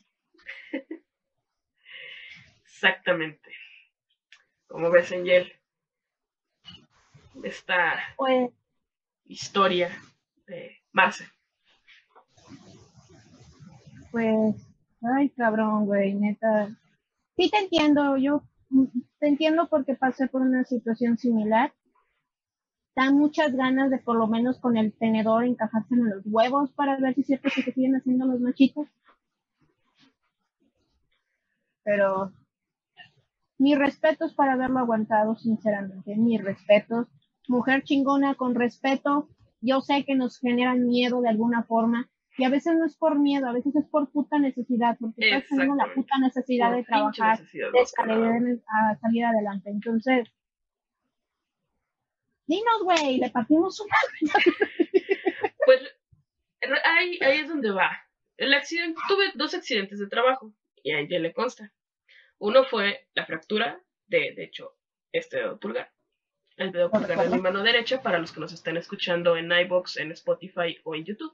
Exactamente. Como ves, Angel, esta pues, historia de Marce. Pues, ay, cabrón, güey, neta. Sí te entiendo, yo te entiendo porque pasé por una situación similar. Dan muchas ganas de por lo menos con el tenedor encajarse en los huevos para ver si es cierto que se siguen haciendo los machitos. Pero mis respetos para haberlo aguantado, sinceramente, mis respetos. Mujer chingona con respeto. Yo sé que nos generan miedo de alguna forma. Y a veces no es por miedo, a veces es por puta necesidad, porque todos tenemos la puta necesidad por de trabajar, necesidad, de salir, a salir adelante. Entonces, dinos, güey, le partimos un... Pues ahí, ahí es donde va. El accidente, tuve dos accidentes de trabajo, y a ella le consta. Uno fue la fractura de, de hecho, este dedo pulgar. El dedo pulgar de mi mano derecha, para los que nos están escuchando en iVoox, en Spotify o en YouTube.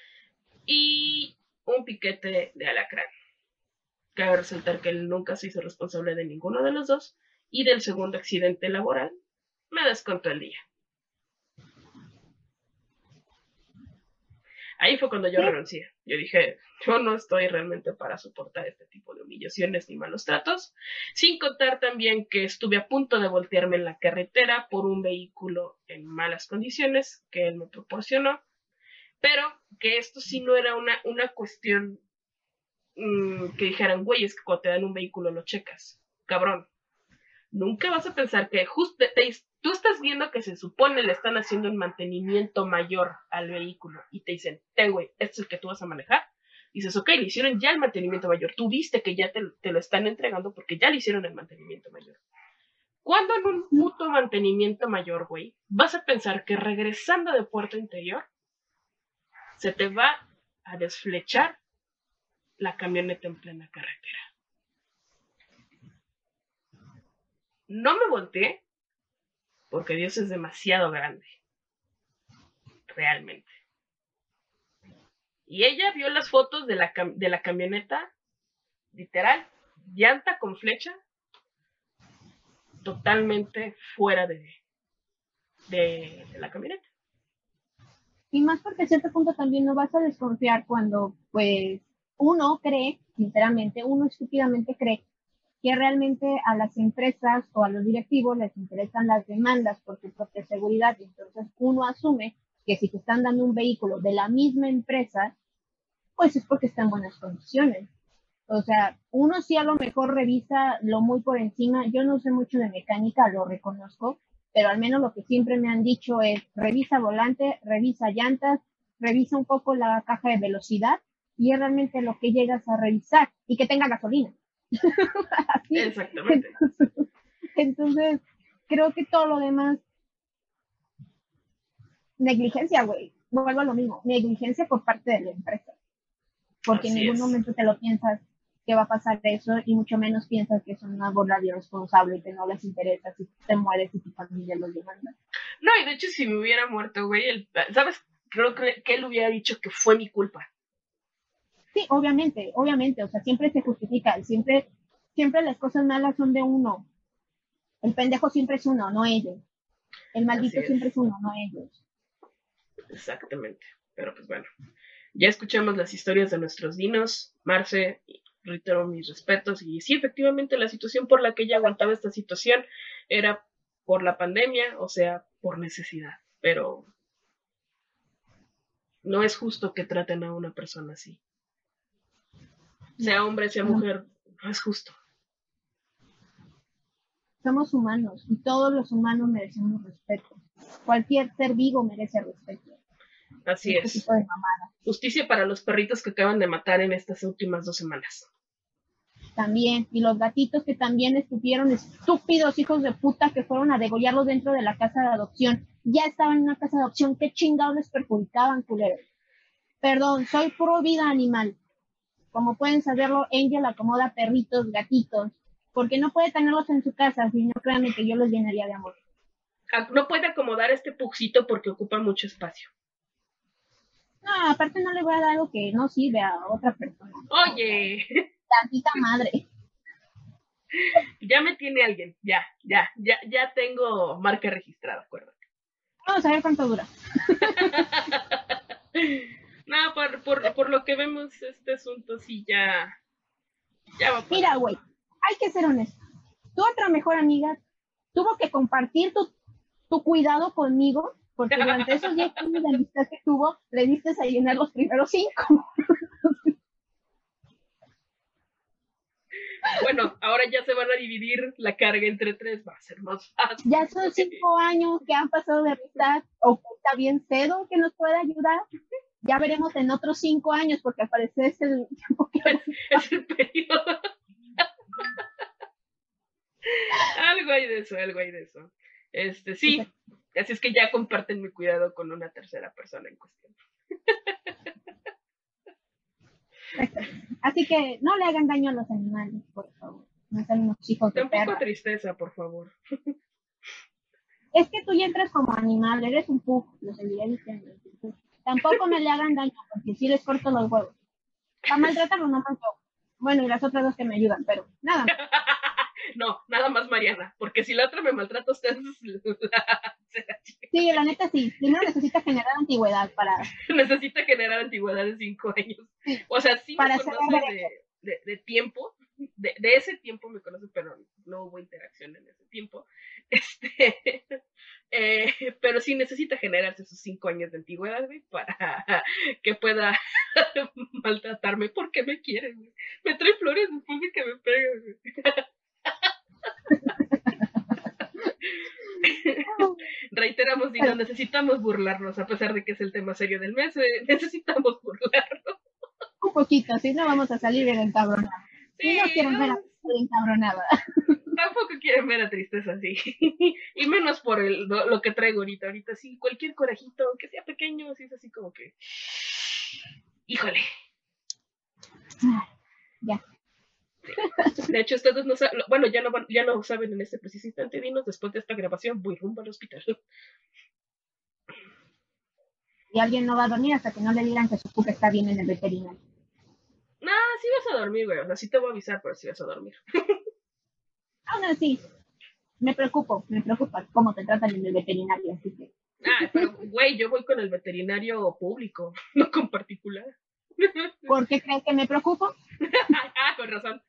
Y un piquete de alacrán. Cabe resaltar que él nunca se hizo responsable de ninguno de los dos. Y del segundo accidente laboral, me descontó el día. Ahí fue cuando yo renuncié. Yo dije, yo no estoy realmente para soportar este tipo de humillaciones ni malos tratos. Sin contar también que estuve a punto de voltearme en la carretera por un vehículo en malas condiciones que él me proporcionó. Pero que esto sí no era una, una cuestión mmm, que dijeran, güey, es que cuando te dan un vehículo lo checas. Cabrón. Nunca vas a pensar que justo te, tú estás viendo que se supone le están haciendo un mantenimiento mayor al vehículo y te dicen, ten güey, este es el que tú vas a manejar. Y dices, ok, le hicieron ya el mantenimiento mayor. Tú viste que ya te, te lo están entregando porque ya le hicieron el mantenimiento mayor. Cuando en un puto mantenimiento mayor, güey, vas a pensar que regresando de puerto interior se te va a desflechar la camioneta en plena carretera. No me volteé porque Dios es demasiado grande. Realmente. Y ella vio las fotos de la, cam- de la camioneta, literal, llanta con flecha, totalmente fuera de, de, de la camioneta. Y más porque a cierto punto también no vas a desconfiar cuando, pues, uno cree, sinceramente, uno estúpidamente cree que realmente a las empresas o a los directivos les interesan las demandas por su propia seguridad. Entonces uno asume que si te están dando un vehículo de la misma empresa, pues es porque está en buenas condiciones. O sea, uno sí a lo mejor revisa lo muy por encima. Yo no sé mucho de mecánica, lo reconozco, pero al menos lo que siempre me han dicho es revisa volante, revisa llantas, revisa un poco la caja de velocidad y es realmente lo que llegas a revisar y que tenga gasolina. Así. Exactamente. Entonces, entonces, creo que todo lo demás, negligencia, güey. Vuelvo a lo mismo, negligencia por parte de la empresa. Porque Así en ningún es. momento te lo piensas que va a pasar eso y mucho menos piensas que son una bola de irresponsable y que no les interesa si te mueres y tu familia los demanda. No, y de hecho si me hubiera muerto, güey, el, ¿sabes? Creo que, que él hubiera dicho que fue mi culpa. Sí, obviamente, obviamente, o sea, siempre se justifica, siempre, siempre las cosas malas son de uno. El pendejo siempre es uno, no ellos. El maldito es. siempre es uno, no ellos. Exactamente, pero pues bueno. Ya escuchamos las historias de nuestros dinos. Marce, reitero mis respetos. Y sí, efectivamente, la situación por la que ella aguantaba esta situación era por la pandemia, o sea, por necesidad. Pero no es justo que traten a una persona así. Sea hombre, sea mujer, no es justo. Somos humanos y todos los humanos merecemos respeto. Cualquier ser vivo merece respeto. Así este es. Tipo de Justicia para los perritos que acaban de matar en estas últimas dos semanas. También, y los gatitos que también estuvieron estúpidos hijos de puta que fueron a degollarlos dentro de la casa de adopción. Ya estaban en una casa de adopción, ¿qué chingados les perjudicaban, culeros? Perdón, soy pro vida animal. Como pueden saberlo, Angel acomoda perritos, gatitos, porque no puede tenerlos en su casa, si no, créanme que yo los llenaría de amor. No puede acomodar este puxito porque ocupa mucho espacio. No, aparte no le voy a dar algo que no sirve a otra persona. Oye. Tantita madre. Ya me tiene alguien, ya, ya, ya, ya tengo marca registrada, acuérdate. Vamos a ver cuánto dura. No, por, por, por lo que vemos, este asunto sí ya, ya va a pasar. Mira, güey, hay que ser honesto. Tu otra mejor amiga tuvo que compartir tu, tu cuidado conmigo, porque durante esos diez años de amistad que tuvo, le diste a llenar los primeros cinco. Bueno, ahora ya se van a dividir la carga entre tres, va a ser más fácil. Ya son cinco años que han pasado de amistad, o está bien cedo que nos pueda ayudar. Ya veremos en otros cinco años, porque al parecer es el tiempo que... Es, es el periodo. Algo hay de eso, algo hay de eso. Este, sí, así es que ya comparten mi cuidado con una tercera persona en cuestión. Así que no le hagan daño a los animales, por favor. No sean unos hijos de Tampoco perra. tristeza, por favor. Es que tú ya entras como animal, eres un pug, lo seguiré diciendo. Tampoco me le hagan daño, porque si les corto los huevos. Para maltratarlo no más yo. Bueno, y las otras dos que me ayudan, pero nada. No, nada más Mariana, porque si la otra me maltrata, ustedes la... Sí, la neta sí. Primero necesita generar antigüedad para... Necesita generar antigüedad de cinco años. Sí. O sea, sí para me conoce de, de, de tiempo, de, de ese tiempo me conoce, pero no hubo interacción en ese tiempo. Este, eh, pero sí necesita generarse sus cinco años de antigüedad, güey, para que pueda maltratarme porque me quiere, güey. Me trae flores después de que me pega, güey. Reiteramos, Dino, necesitamos burlarnos, a pesar de que es el tema serio del mes, eh, necesitamos burlarnos. Un poquito, si no vamos a salir bien encabronados. Sí, si no quieren no. ver a salir encabronada. Tampoco quieren ver a tristeza así. Y menos por el, lo, lo que traigo ahorita. Ahorita sí, cualquier corajito, aunque sea pequeño, sí es así como que... Híjole. Ya. De hecho, ustedes no saben, bueno, ya no, ya no saben en este preciso instante, Dinos, después de esta grabación voy rumbo al hospital. Y alguien no va a dormir hasta que no le digan que su pupa está bien en el veterinario. No, sí vas a dormir, güey, o sea, sí te voy a avisar, pero sí vas a dormir. Aún así, me preocupo, me preocupa cómo te tratan en el veterinario, así que... Ah, pero, güey, yo voy con el veterinario público, no con particular. ¿Por qué crees que me preocupo? Ah, con razón.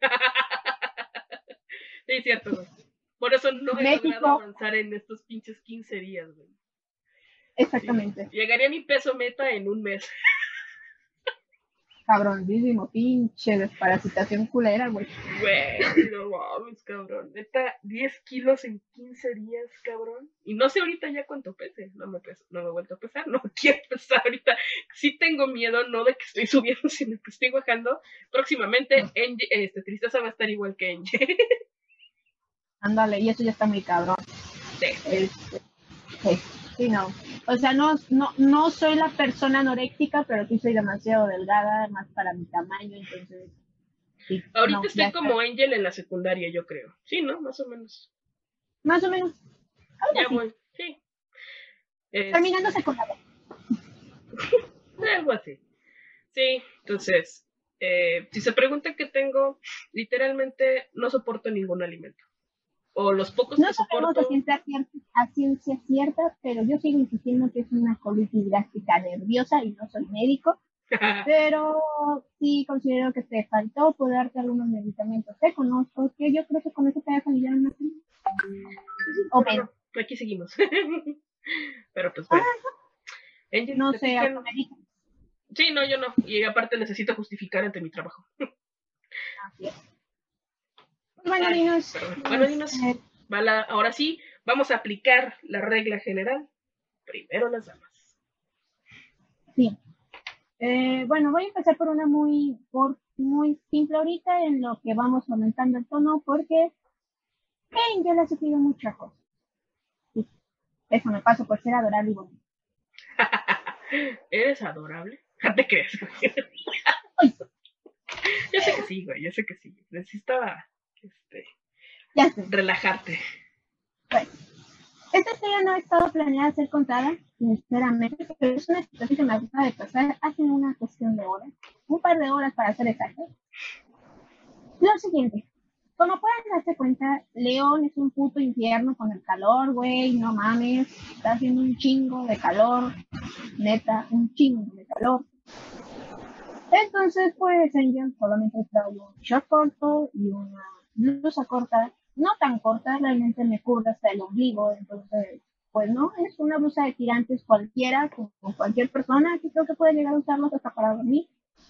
Sí, es cierto, güey. Por eso no he México. logrado avanzar en estos pinches quince días, güey. Exactamente. Sí. Llegaría a mi peso meta en un mes. Cabronísimo, pinche desparasitación culera, güey. Güey, no mames, cabrón. Neta, diez kilos en quince días, cabrón. Y no sé ahorita ya cuánto pese. No me peso, no me he vuelto a pesar. No quiero pesar ahorita. Sí tengo miedo, no de que estoy subiendo, sino que estoy bajando. Próximamente, no. Enge, este, Tristeza va a estar igual que Enge. Ándale, y eso ya está muy cabrón. Sí. Este, sí. Sí, no. O sea, no, no, no soy la persona anoréxica, pero sí soy demasiado delgada, más para mi tamaño, entonces... Sí, ahorita no, estoy como está. Angel en la secundaria, yo creo. Sí, ¿no? Más o menos. Más o menos. Ya así. Voy, sí. Terminando secundaria. Algo así. Sí, entonces, eh, si se preguntan qué tengo, literalmente no soporto ningún alimento. O los pocos no que soporto... A ciencia, cierta, a ciencia cierta, pero yo sigo insistiendo que es una colitis gástrica nerviosa y no soy médico. Pero sí considero que te faltó poder darte algunos medicamentos que conozco, que yo creo que con eso te vas a aliviar una semana. O bueno, no, aquí seguimos. Pero pues bueno. Ah, Angel, no sé, automedica. Sí, no, yo no. Y aparte necesito justificar ante mi trabajo. Así es. Pues bueno, niños. Bueno, niños. Eh, vale, ahora sí, vamos a aplicar la regla general. Primero las damas. Sí. Eh, bueno, voy a empezar por una muy, por, muy simple ahorita en lo que vamos aumentando el tono porque hey, yo le he sufrido muchas cosas. Sí. Eso me pasó por ser adorable y bonito. ¿Eres adorable? No te creas. Yo sé que sí, güey, yo sé que sí. Necesitaba este, Ya sé. relajarte. Bueno, esta historia no ha estado planeada ser contada, sinceramente, pero es una situación que me acaba de pasar hace una cuestión de horas. Un par de horas para ser exacto. Lo siguiente. Como pueden darse cuenta, León es un puto infierno con el calor, güey, no mames. Está haciendo un chingo de calor. Neta, un chingo de calor. Entonces, pues, Angel solamente trae un short corto y una blusa corta. No tan corta, realmente me cubre hasta el ombligo. Entonces, pues no, es una blusa de tirantes cualquiera, con, con cualquier persona que creo que puede llegar a usarlos hasta para dormir.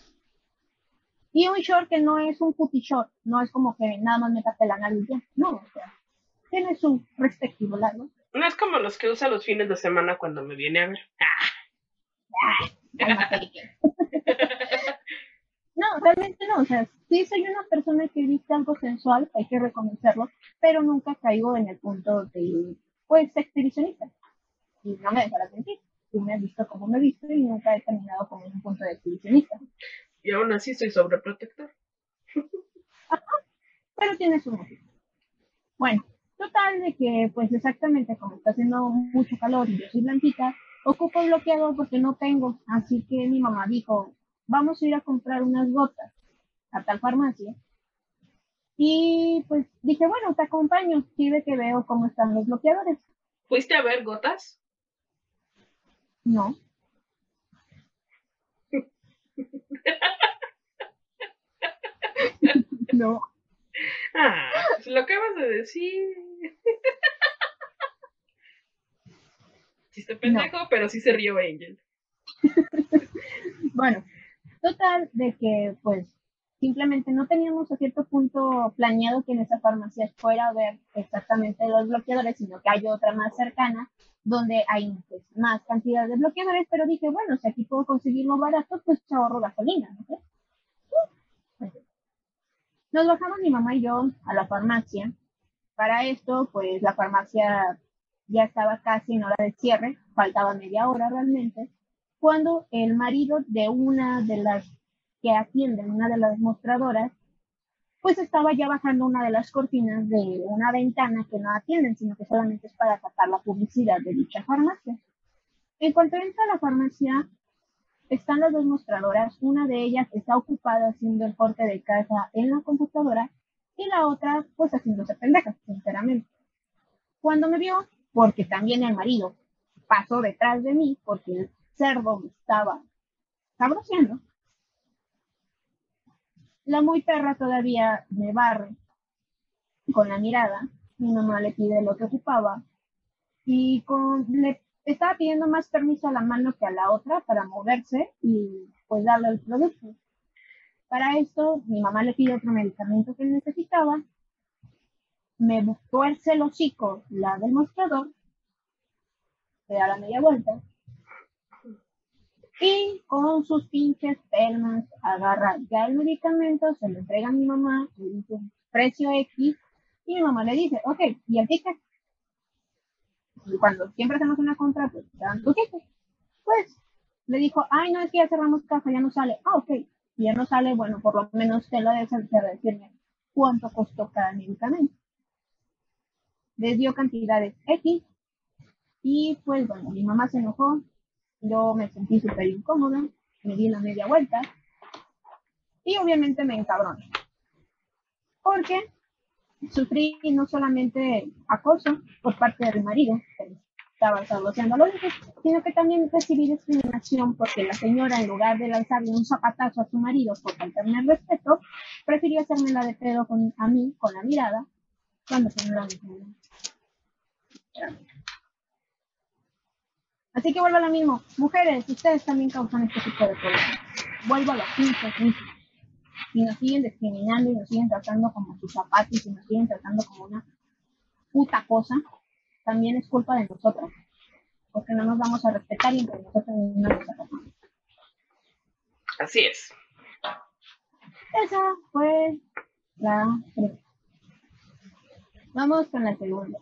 Y un short que no es un puti short, no es como que nada más me tape la nariz ya. No, o sea, tiene su respectivo largo. No es como los que usa los fines de semana cuando me viene a ver. No, realmente no, o sea, sí soy una persona que viste algo sensual, hay que reconocerlo, pero nunca caigo en el punto de, pues, exhibicionista. Y no me dejarás mentir, tú me has visto como me he visto y nunca he terminado como en un punto de exhibicionista. Y aún así soy sobreprotector. Pero tiene su motivo. Bueno, total de que, pues exactamente como está haciendo mucho calor y yo soy blanquita, ocupo bloqueador porque no tengo, así que mi mamá dijo, vamos a ir a comprar unas gotas a tal farmacia. Y pues dije, bueno, te acompaño, sirve que veo cómo están los bloqueadores. ¿Fuiste a ver gotas? No. No. Ah, pues lo acabas de decir. Chiste pendejo, no. Pero sí se rió Angel. Bueno, total de que pues simplemente no teníamos a cierto punto planeado que en esa farmacia fuera a ver exactamente los bloqueadores, sino que hay otra más cercana donde hay pues, más cantidad de bloqueadores, pero dije, bueno, si aquí puedo conseguirlo barato, pues ahorro gasolina, ¿no sé? Nos bajamos mi mamá y yo a la farmacia. Para esto, pues la farmacia ya estaba casi en hora de cierre, faltaba media hora realmente, cuando el marido de una de las que atienden, una de las mostradoras, pues estaba ya bajando una de las cortinas de una ventana que no atienden, sino que solamente es para tapar la publicidad de dicha farmacia. En cuanto entra a la farmacia, están las dos mostradoras, una de ellas está ocupada haciendo el corte de caja en la computadora y la otra pues haciéndose pendeja, sinceramente. Cuando me vio, porque también el marido pasó detrás de mí, porque el cerdo me estaba cabroseando, la muy perra todavía me barre con la mirada. Mi mamá le pide lo que ocupaba y con, le estaba pidiendo más permiso a la mano que a la otra para moverse y pues darle el producto. Para esto, mi mamá le pide otro medicamento que necesitaba, me tuerce el hocico la del mostrador, se da la media vuelta y con sus pinches pelmas agarra ya el medicamento, se lo entrega a mi mamá, le dice precio X y mi mamá le dice, ok, ¿y el ticket? Y cuando siempre hacemos una compra, pues dan tu ticket. Pues le dijo, ay, no, es que ya cerramos caja, ya no sale. Ah, ok, si ya no sale, bueno, por lo menos te lo debes de decirme cuánto costó cada medicamento. Les dio cantidades X y pues bueno, mi mamá se enojó, yo me sentí súper incómoda, me di la media vuelta y obviamente me encabroné. Porque sufrí no solamente acoso por parte del marido, que estaba sabroseando los hijos, sino que también recibí discriminación porque la señora, en lugar de lanzarle un zapatazo a su marido por faltarme el respeto, prefirió hacerme la de pedo con, a mí con la mirada cuando se me lo dijo. Así que vuelvo a lo mismo. Mujeres, ustedes también causan este tipo de problemas. Vuelvo a los pinches mismos. Y nos siguen discriminando y nos siguen tratando como sus zapatos y nos siguen tratando como una puta cosa, también es culpa de nosotros. Porque no nos vamos a respetar y entre nosotros no nos respetamos. Así es. Esa fue la primera. Vamos con la segunda.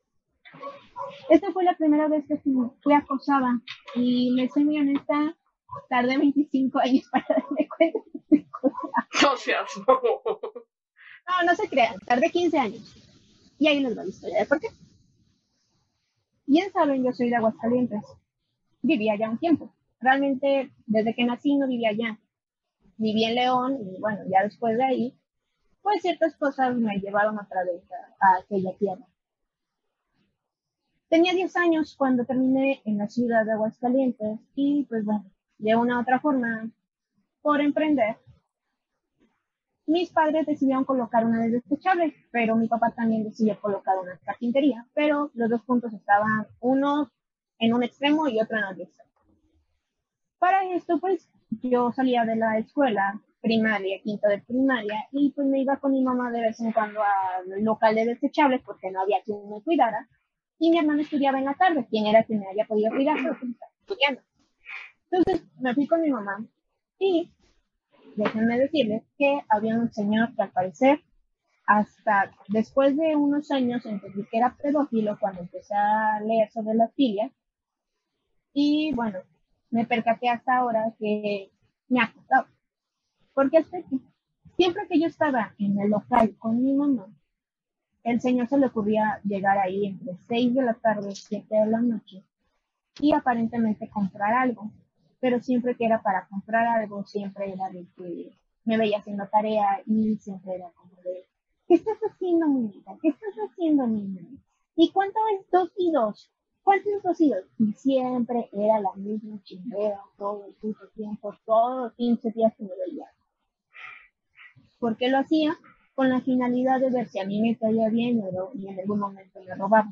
Esta fue la primera vez que fui acosada y le soy muy honesta, Tardé veinticinco años para darme cuenta de esta cosa. No seas, no. No, no se crean, tardé quince años. Y ahí les va la historia de por qué. Bien saben, yo soy de Aguascalientes. Vivía allá un tiempo. Realmente, desde que nací no vivía allá. Viví en León y bueno, ya después de ahí, pues ciertas cosas me llevaron otra vez a, a aquella tierra. Tenía diez años cuando terminé en la ciudad de Aguascalientes y pues bueno, de una u otra forma, por emprender, mis padres decidieron colocar una de desechables, pero mi papá también decidió colocar una carpintería, pero los dos puntos estaban uno en un extremo y otro en otro extremo. Para esto, pues, yo salía de la escuela primaria, quinto de primaria, y pues me iba con mi mamá de vez en cuando al local de desechables porque no había quien me cuidara, y mi hermano estudiaba en la tarde, quien era quien me había podido cuidar, pero pues estaba estudiando. Entonces me fui con mi mamá y déjenme decirles que había un señor que al parecer hasta después de unos años entendí que era pedófilo cuando empecé a leer sobre las filias y bueno, me percaté hasta ahora que me ha costado. Porque hasta aquí, siempre que yo estaba en el local con mi mamá, el señor se le ocurría llegar ahí entre seis de la tarde y siete de la noche y aparentemente comprar algo. Pero siempre que era para comprar algo, siempre era de que me veía haciendo tarea y siempre era como de, ¿qué estás haciendo, muñeca? ¿Qué estás haciendo, niña? ¿Y cuánto es dos y dos? ¿Cuánto es dos y dos? Y siempre era la misma chingadera todo el puto tiempo, todos los quince días que me veía. ¿Por qué lo hacía? Con la finalidad de ver si a mí me caía bien o y en algún momento me robaba.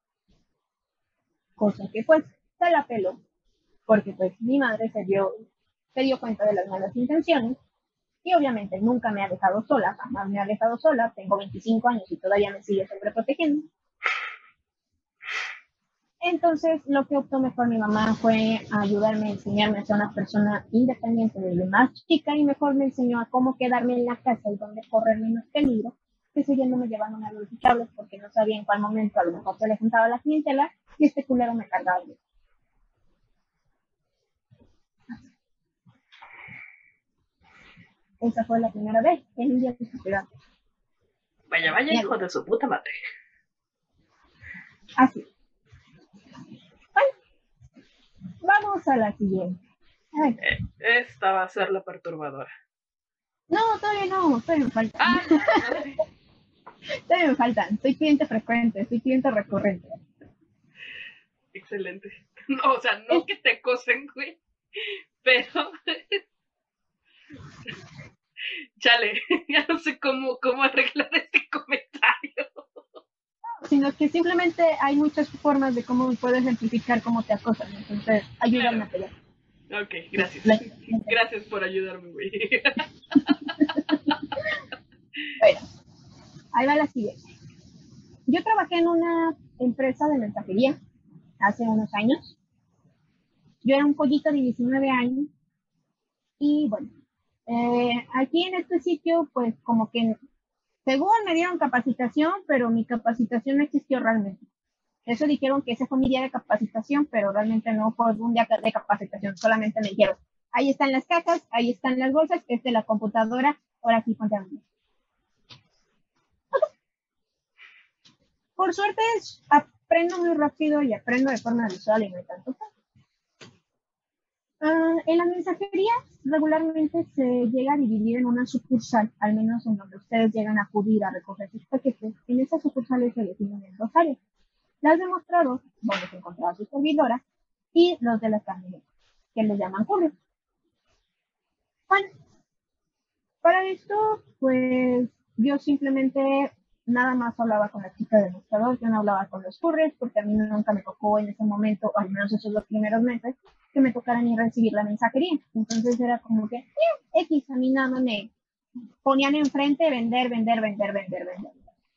Cosa que pues se la peló, porque pues mi madre se dio, se dio cuenta de las malas intenciones y obviamente nunca me ha dejado sola, jamás me ha dejado sola, tengo veinticinco años y todavía me sigue sobreprotegiendo. Entonces, lo que optó mejor mi mamá fue ayudarme a enseñarme a ser una persona independiente desde más chica y mejor me enseñó a cómo quedarme en la casa y dónde correr menos peligro que siguiéndome llevándome a los desechables porque no sabía en cuál momento a lo mejor se le juntaba la clientela y este culero me cargaba. Esa fue la primera vez que en India se sucedió. Vaya, vaya, hijo de su puta madre. Así. Bueno, vamos a la siguiente. Eh, esta va a ser la perturbadora. No, todavía no, todavía me faltan. Ah, todavía me faltan. Soy cliente frecuente, soy cliente recurrente. Excelente. No, o sea, no es... que te acosen, güey, pero... Chale, ya no sé cómo, cómo arreglar este comentario. Sino que simplemente hay muchas formas de cómo puedes identificar cómo te acosan. Entonces, ayúdame claro. a pelear. Ok, gracias. Gracias por ayudarme, güey. Bueno, ahí va la siguiente. Yo trabajé en una empresa de mensajería hace unos años. Yo era un pollito de diecinueve años. Y bueno, eh, aquí en este sitio, pues como que según me dieron capacitación, pero mi capacitación no existió realmente. Eso dijeron que ese fue mi día de capacitación, pero realmente no fue un día de capacitación, solamente me dijeron, ahí están las cajas, ahí están las bolsas, esta es la computadora, ahora aquí ponte a mí. Okay. Por suerte aprendo muy rápido y aprendo de forma visual y no hay tanto. Uh, en la mensajería regularmente se llega a dividir en una sucursal, al menos en donde ustedes llegan a acudir a recoger sus paquetes. En esas sucursales se definen en dos áreas. Las de mostrador, donde se encontraba su servidora, y los de las camionetas, que les llaman courier. Bueno, para esto, pues yo simplemente nada más hablaba con la chica del mostrador, yo no hablaba con los couriers, porque a mí nunca me tocó en ese momento, o al menos esos dos primeros meses, que me tocara ni recibir la mensajería. Entonces era como que, eh, X, a mí nada más me ponían enfrente vender, vender, vender, vender, vender.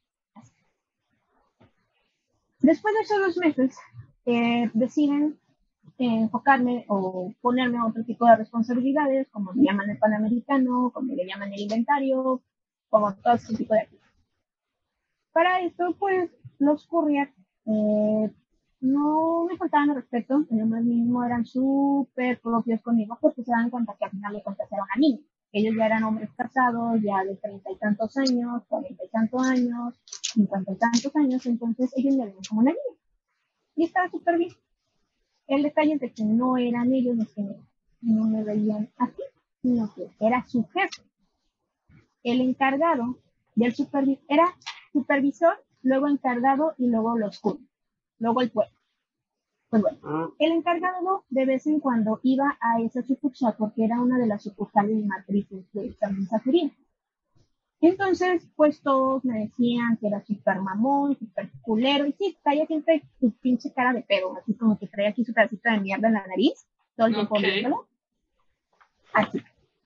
Después de esos dos meses, eh, deciden eh, enfocarme o ponerme a otro tipo de responsabilidades, como le llaman el Panamericano, como le llaman el inventario, como todo ese tipo de actividades. Para esto, pues, los courier, eh, no me faltaban el respeto, en lo más mínimo eran súper propios conmigo porque se dan cuenta que al final de cuentas era una niña. Ellos ya eran hombres casados, ya de treinta y tantos años, cuarenta y tantos años, cincuenta y tantos años, entonces ellos me ven como una niña. Y estaba súper bien. El detalle es de que no eran ellos los que no me veían así, sino que era su jefe. El encargado del supervisor, era supervisor, luego encargado y luego los cursos, luego el pueblo. Pues bueno, el encargado de vez en cuando iba a esa sucursal porque era una de las sucursales matrices de esta mensajería. Entonces, pues todos me decían que era súper mamón, súper culero, y sí, traía siempre su pinche cara de pedo, así como que traía aquí su pedacito de mierda en la nariz, todo el tiempo Okay. viéndolo. Así.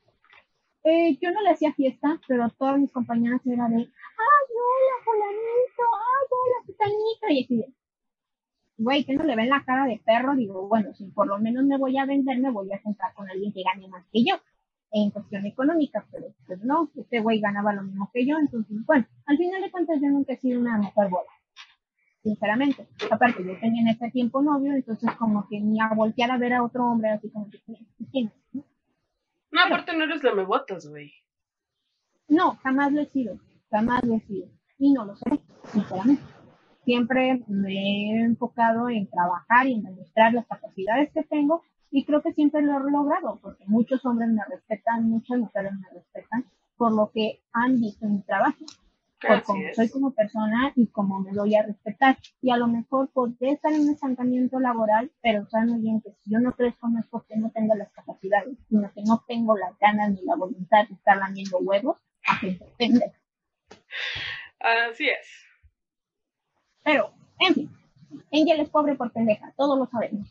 Eh, yo no le hacía fiesta, pero todas mis compañeras eran de, ay, hola, fulanito, ay, hola, fulanito, y así de, güey, que no le ven la cara de perro, digo, bueno, si por lo menos me voy a vender, me voy a juntar con alguien que gane más que yo, en cuestión económica, pero pues no, este güey ganaba lo mismo que yo, entonces, bueno, al final de cuentas yo nunca he sido una mujer bola, sinceramente. Aparte, yo tenía en ese tiempo novio, entonces como que ni a voltear a ver a otro hombre, así como que, ¿quién es? ¿No? No, aparte no eres lamebotas, güey. No, jamás lo he sido, jamás lo he sido, y no lo seré, sinceramente. Siempre me he enfocado en trabajar y en demostrar las capacidades que tengo y creo que siempre lo he logrado porque muchos hombres me respetan, muchas mujeres me respetan por lo que han visto en mi trabajo, por Así cómo soy es. como persona y cómo me doy a respetar. Y a lo mejor podría estar en un estancamiento laboral, pero saben muy bien que si yo no crezco no es porque no tenga las capacidades, sino que no tengo las ganas ni la voluntad de estar lamiendo huevos a gente pendeja. Así es. Pero, en fin, Angel es pobre por pendeja, todos lo sabemos.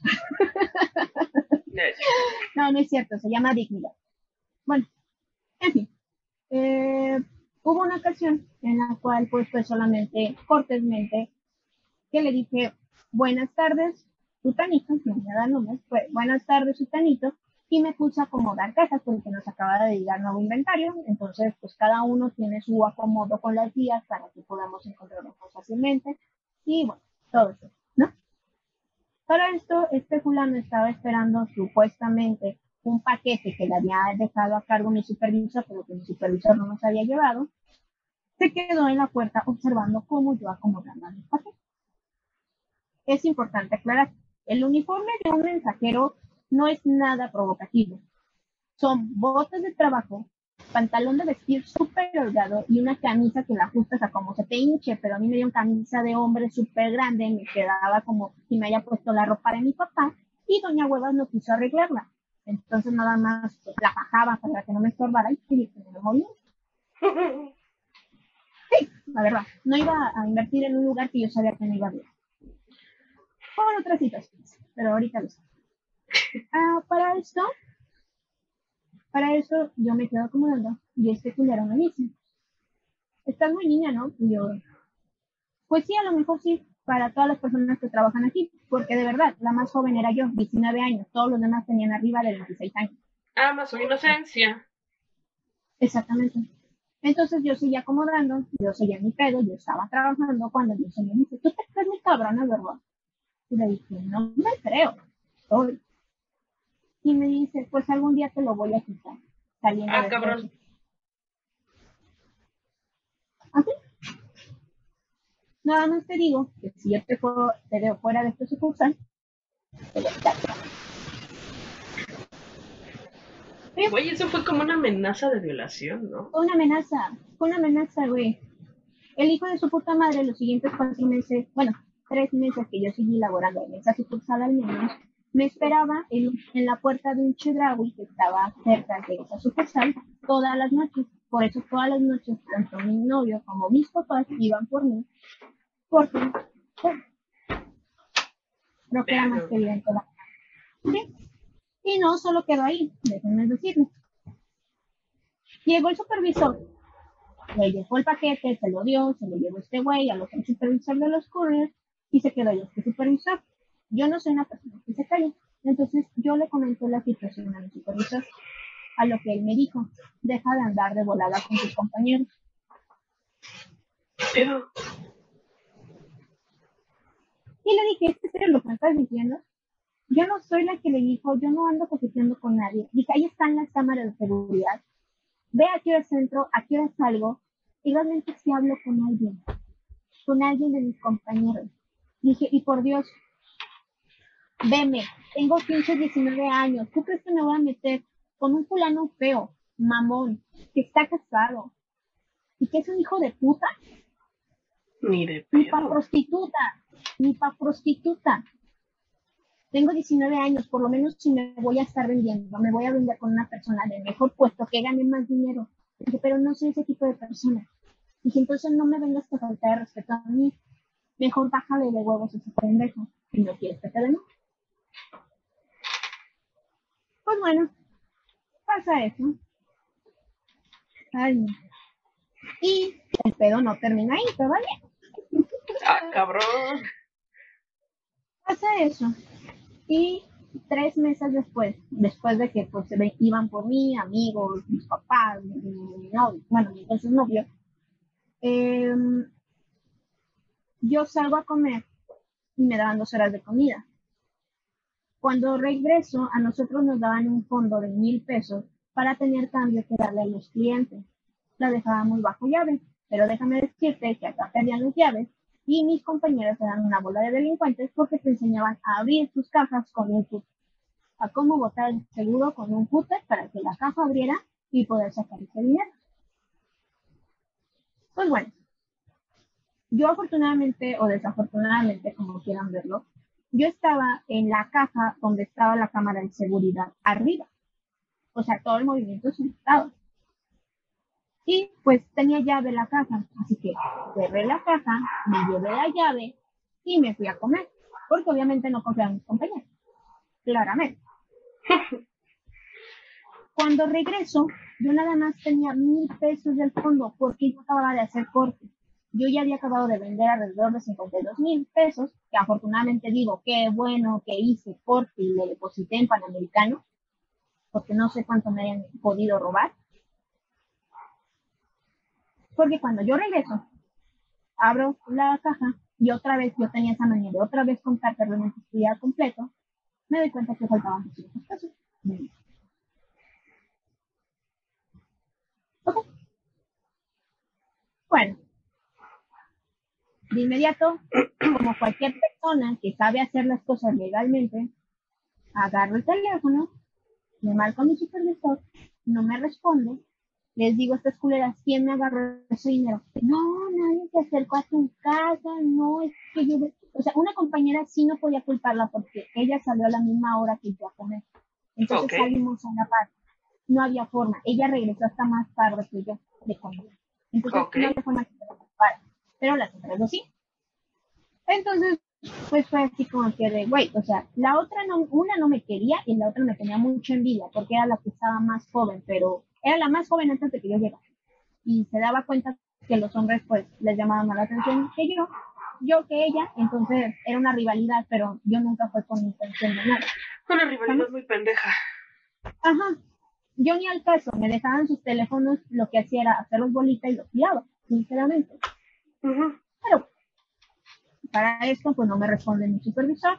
No, no es cierto, se llama dignidad. Bueno, en fin. Eh, hubo una ocasión en la cual pues fue solamente cortésmente que le dije, buenas tardes, Sutanito, no voy a dar nombres, fue buenas tardes, Sutanito, y me puse a acomodar cajas porque nos acaba de llegar nuevo inventario, entonces pues cada uno tiene su acomodo con las guías para que podamos encontrarlo más fácilmente, y bueno, todo eso, ¿no? Para esto, este fulano estaba esperando supuestamente un paquete que le había dejado a cargo mi supervisor, pero que mi supervisor no nos había llevado. Se quedó en la puerta observando cómo yo acomodaba el paquete. Es importante aclarar, el uniforme de un mensajero no es nada provocativo. Son botas de trabajo, pantalón de vestir súper holgado y una camisa que la ajustas a como se te hinche, pero a mí me dio una camisa de hombre súper grande, me quedaba como si me haya puesto la ropa de mi papá y doña Huevas no quiso arreglarla. Entonces nada más pues, la bajaba para que no me estorbara y que no me movía. Sí, la verdad, no iba a invertir en un lugar que yo sabía que no iba a ver. Por otras situaciones, pero ahorita lo sé. Ah, para esto, para eso yo me quedo acomodando y este culero me dice, estás muy niña, ¿no? Y yo, pues sí, a lo mejor sí, para todas las personas que trabajan aquí, porque de verdad, la más joven era yo, diecinueve años, todos los demás tenían arriba de veintiséis años. Ama su inocencia. Exactamente. Entonces yo seguía acomodando, yo seguía mi pedo, yo estaba trabajando cuando el señor me dice, tú te crees muy cabrona, ¿verdad? Y le dije, no me creo, soy. Y me dice, pues algún día te lo voy a quitar, saliendo Ah, de cabrón. eso. Así. Nada más te digo que si yo te, puedo, te veo fuera de este sucursal, te voy a quitar. Güey, eso fue como una amenaza de violación, ¿no? Fue una amenaza, fue una amenaza, güey. El hijo de su puta madre, los siguientes cuatro meses, bueno, tres meses que yo seguí laborando en esa sucursal al menos, me esperaba en, en la puerta de un chedraui que estaba cerca de esa sucursal todas las noches. Por eso todas las noches, tanto mi novio como mis papás iban por mí, porque bueno, creo que era más que evidente la ¿sí? Y no solo quedó ahí, déjenme decirlo. Llegó el supervisor, le llevó el paquete, se lo dio, se lo llevó este güey al otro supervisor de los couriers y se quedó ahí este supervisor. Yo no soy una persona que se calle, entonces yo le comenté la situación a mi supervisor, a lo que él me dijo, deja de andar de volada con tus compañeros. Pero... Y le dije, ¿es en serio lo que me estás diciendo? Yo no soy la que le dijo, yo no ando coqueteando con nadie. Dije, ahí están las cámaras de seguridad. Ve a qué hora entro, a qué hora salgo, y realmente si hablo con alguien, con alguien de mis compañeros. Dije, y por Dios, veme, tengo quince, diecinueve años, ¿tú crees que me voy a meter con un fulano feo, mamón, que está casado, y que es un hijo de puta? Ni de Ni pa' pedo. prostituta, ni pa' prostituta. Tengo diecinueve años, por lo menos si me voy a estar vendiendo, me voy a vender con una persona de mejor puesto que gane más dinero. Dije, pero no soy ese tipo de persona. Dije, entonces no me vengas a faltar de respeto a mí. Mejor bájale de huevos a ese pendejo. Si no quieres que te den. Pues bueno, pasa eso. Ay, no. Y el pedo no termina ahí, todavía. Ah, cabrón. Pasa eso. Y tres meses después, después de que pues se ve, iban por mí, amigos, mis papás, mi, mi novio, bueno, mi entonces novio, eh, yo salgo a comer y me daban dos horas de comida. Cuando regreso, a nosotros nos daban un fondo de mil pesos para tener cambio que darle a los clientes. La dejábamos bajo llave, pero déjame decirte que acá perdían las llaves y mis compañeros eran una bola de delincuentes porque te enseñaban a abrir tus cajas con un cúter, a cómo botar el seguro con un cúter para que la caja abriera y poder sacar ese dinero. Pues bueno, yo afortunadamente o desafortunadamente, como quieran verlo, yo estaba en la caja donde estaba la cámara de seguridad arriba. O sea, todo el movimiento estaba. Y pues tenía llave la caja, así que cerré la caja, me llevé la llave y me fui a comer, porque obviamente no confiaba en mis compañeros, claramente. Cuando regreso, yo nada más tenía mil pesos del fondo porque yo acababa de hacer corte. Yo ya había acabado de vender alrededor de cincuenta y dos mil pesos, que afortunadamente digo, qué bueno que hice corte y le deposité en Panamericano, porque no sé cuánto me hayan podido robar. Porque cuando yo regreso, abro la caja y otra vez yo tenía esa manía de otra vez contar que realmente estudiaba completo, me doy cuenta que faltaban doscientos pesos. Ok, bueno, de inmediato, como cualquier persona que sabe hacer las cosas legalmente, agarro el teléfono, le marco a mi supervisor, no me responde, les digo a estas culeras, ¿quién me agarró ese dinero? No, nadie se acercó a tu casa, no, es que yo... O sea, una compañera sí no podía culparla porque ella salió a la misma hora que yo a comer. Entonces Okay. salimos a la par. No había forma. Ella regresó hasta más tarde que yo de comer. Entonces Okay. no había forma que se la culpara. Pero las otras dos sí. Entonces, pues fue así como que de, güey, o sea, la otra no, una no me quería y la otra me tenía mucha envidia porque era la que estaba más joven, pero era la más joven antes de que yo llegara. Y se daba cuenta que los hombres pues les llamaban más la atención que yo, yo que ella, entonces era una rivalidad, pero yo nunca fue con intención de nada. Una rivalidad muy pendeja. Ajá, yo ni al caso, me dejaban sus teléfonos, lo que hacía era hacerlos bolita y los tiraba, sinceramente. Uh-huh. Pero para esto pues no me responde mi supervisor.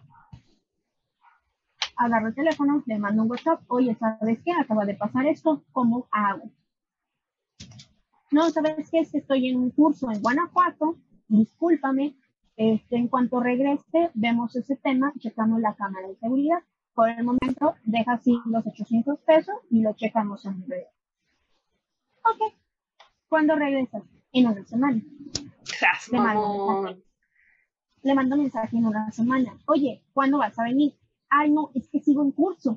Agarro el teléfono, le mando un WhatsApp, oye, ¿sabes qué? Acaba de pasar esto, ¿cómo hago? No, ¿sabes qué? Es que estoy en un curso en Guanajuato, discúlpame, este, en cuanto regrese, vemos ese tema, checamos la cámara de seguridad. Por el momento, deja así los ochocientos pesos y lo checamos en breve. Ok, ¿cuándo regresas? En una semana. ¡Sas, Le mando mensaje. Le mando mensaje en una semana. Oye, ¿cuándo vas a venir? Ay, no, es que sigo en curso.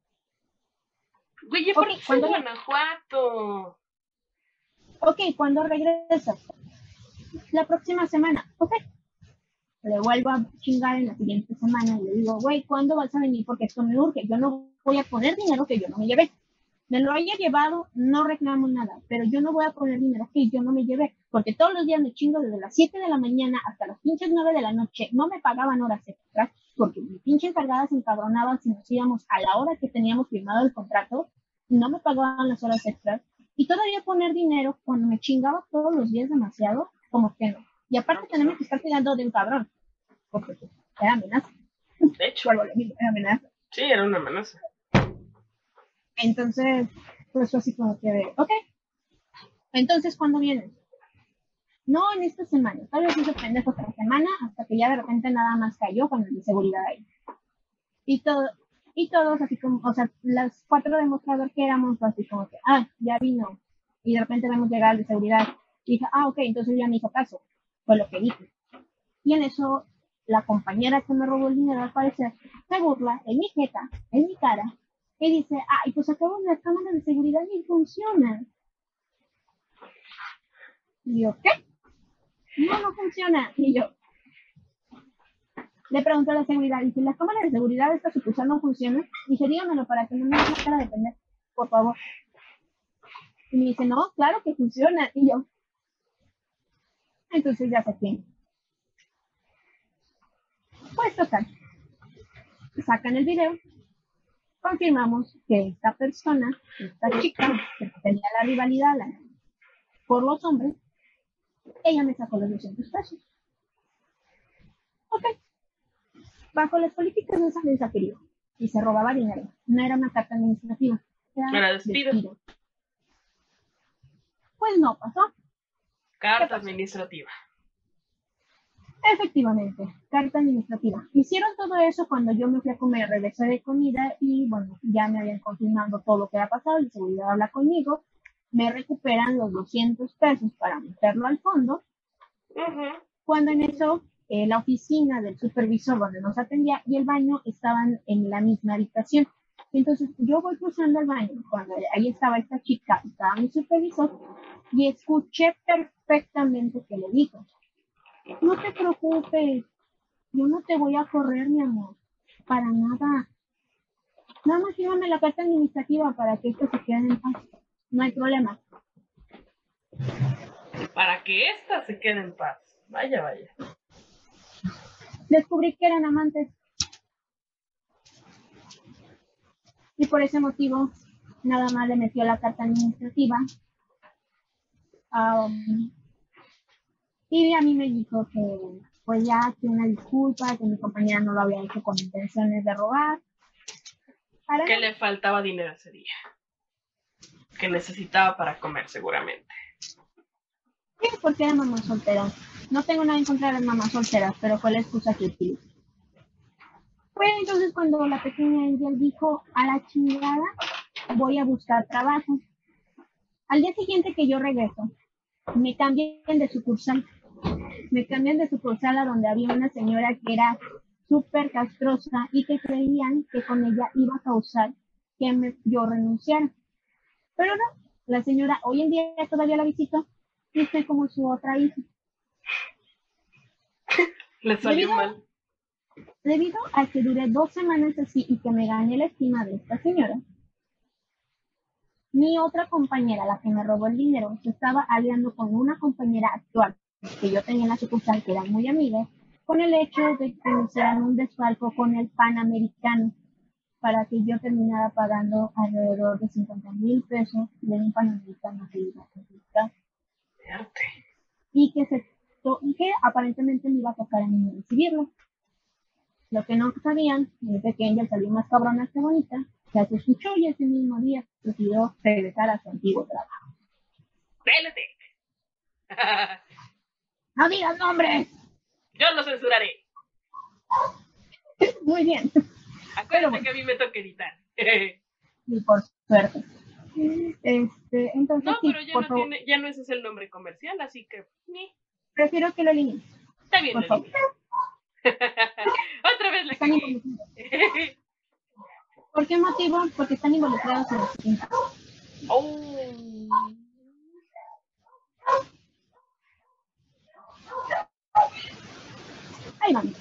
Güey, ¿por qué es en Guanajuato? Ok, ¿cuándo regresas? La próxima semana. Ok. Le vuelvo a chingar en la siguiente semana y le digo, güey, ¿cuándo vas a venir? Porque esto me urge. Yo no voy a poner dinero que yo no me llevé. Me lo haya llevado, no reclamo nada, pero yo no voy a poner dinero que yo no me llevé, porque todos los días me chingo desde las siete de la mañana hasta las pinches nueve de la noche. No me pagaban horas extras, porque mi pinche encargada se encabronaba si nos íbamos a la hora que teníamos firmado el contrato, no me pagaban las horas extras, y todavía poner dinero cuando me chingaba todos los días demasiado, como que no. Y aparte tenemos que estar cuidando de un cabrón, porque era amenaza. De hecho. Vuelvo a lo mismo, era amenaza. Sí, era una amenaza. Entonces, pues fue así como que de, ok. Entonces, ¿cuándo vienes? No, en esta semana. Tal vez hizo pendejo otra semana hasta que ya de repente nada más cayó con el de seguridad ahí. Y todo, y todos así como, o sea, las cuatro demostradores que éramos, pues así como que, ah, ya vino. Y de repente vemos llegar al de seguridad. Y dije, ah, ok, entonces ya me hizo caso. Fue lo que dije. Y en eso, la compañera que me robó el dinero, al parecer, se burla en mi jeta, en mi cara, y dice, ay, pues acabo las cámaras de seguridad y funcionan. Y yo, ¿qué? No, no funciona. Y yo le pregunté a la seguridad, y si las cámaras de seguridad de esta sucursal no funcionan, dije, dígamelo para que no me haga cara de pendejo, por favor. Y me dice, no, claro que funciona. Y yo, entonces ya sé quién. Pues total, sacan el video, confirmamos que esta persona, esta chica, que tenía la rivalidad la, por los hombres, ella me sacó los doscientos pesos. Ok. Bajo las políticas de esa mesa, querido, y se robaba dinero. No era una carta administrativa, era, Era despido. despido. Pues no pasó. Carta administrativa. Efectivamente, carta administrativa. Hicieron todo eso cuando yo me fui a comer, regresé de comida y bueno, ya me habían confirmado todo lo que había pasado, la seguridad habla conmigo, me recuperan los doscientos pesos para meterlo al fondo. Uh-huh. Cuando en eso, eh, la oficina del supervisor donde nos atendía y el baño estaban en la misma habitación. Entonces yo voy cruzando el baño, cuando ahí estaba esta chica, estaba mi supervisor, y escuché perfectamente que le dijo, no te preocupes, yo no te voy a correr, mi amor, para nada. Nada más llévame la carta administrativa para que esto se quede en paz. No hay problema. Para que esta se quede en paz. Vaya, vaya. Descubrí que eran amantes. Y por ese motivo, nada más le metió la carta administrativa. Um, y a mí me dijo que, pues ya, que una disculpa, que mi compañera no lo había hecho con intenciones de robar. Para que mí, le faltaba dinero ese día. Que necesitaba para comer, seguramente. sí, porque era mamá soltera. No tengo nada en contra de las mamás solteras, pero fue la excusa que utilicé. Pues entonces cuando la pequeña Angel dijo, a la chingada, voy a buscar trabajo. Al día siguiente que yo regreso, me cambian de sucursal. Me cambian de sucursal a donde había una señora que era súper castrosa y que creían que con ella iba a causar que me, yo renunciara. Pero no, la señora hoy en día todavía la visito y estoy como su otra hija. Le salió Debido, mal. debido a que duré dos semanas así y que me gané la estima de esta señora, mi otra compañera, la que me robó el dinero, se estaba aliando con una compañera actual que yo tenía en la sucursal, que eran muy amigas, con el hecho de que me hicieran un desfalco con el Panamericano para que yo terminara pagando alrededor de cincuenta mil pesos de un Panamericano que iba a comprar. Y que, se to- y que aparentemente me iba a tocar a mí recibirlo. Lo que no sabían es de que ella salió más cabrona que bonita, ya se escuchó y ese mismo día decidió regresar a su antiguo trabajo. ¡Pélate! ¡No digas nombres! Yo lo censuraré. Muy bien. Acuérdate bueno. que a mí me toca editar. Y por suerte. Este, entonces, no, sí, pero ya por no, favor, tiene, ya no ese es el nombre comercial, así que ni. prefiero que lo elimines. Está bien, Por lo favor. Otra vez la Están cagué. involucrados. ¿Por qué motivo? Porque están involucrados en los quinta. Oh. Ahí vamos.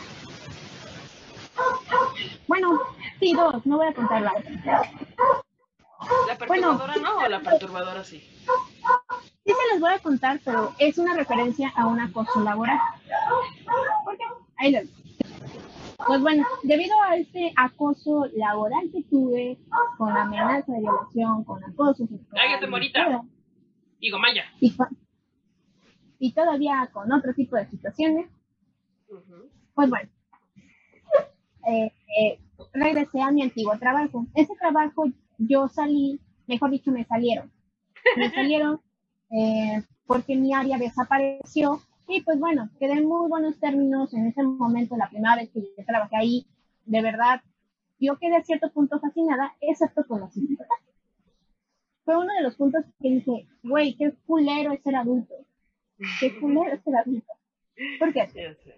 Bueno, sí, dos, no voy a contar la otra. ¿La perturbadora bueno, no o la perturbadora sí? Sí se les voy a contar, pero es una referencia a un acoso laboral. ¿Por qué? Ahí lo digo. Pues bueno, debido a este acoso laboral que tuve, con amenaza de violación, con acoso sexual, ¡Cállate, morita! Digo, Maya. Y, y todavía con otro tipo de situaciones, uh-huh. Pues bueno, eh, eh, regresé a mi antiguo trabajo. Ese trabajo yo salí, mejor dicho, me salieron. Me salieron eh, porque mi área desapareció y pues bueno, quedé en muy buenos términos en ese momento, la primera vez que yo trabajé ahí, de verdad, yo quedé a cierto punto fascinada, excepto con la siguiente. Fue uno de los puntos que dije, güey, qué culero es ser adulto, qué culero es ser adulto. ¿Por qué?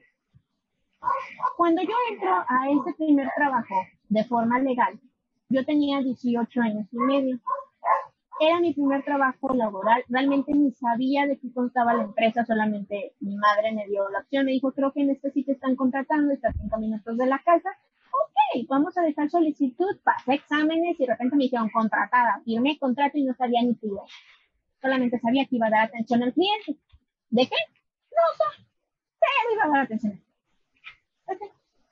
Cuando yo entro a ese primer trabajo de forma legal, yo tenía dieciocho años y medio. Era mi primer trabajo laboral, realmente ni sabía de qué contaba la empresa, solamente mi madre me dio la opción, me dijo, creo que en este sitio están contratando, está a cinco minutos de la casa, ok, vamos a dejar solicitud, pasé exámenes y de repente me dijeron contratada, firmé contrato y no sabía ni qué iba. Solamente sabía que iba a dar atención al cliente. ¿De qué? No sé, pero iba a dar atención. Okay.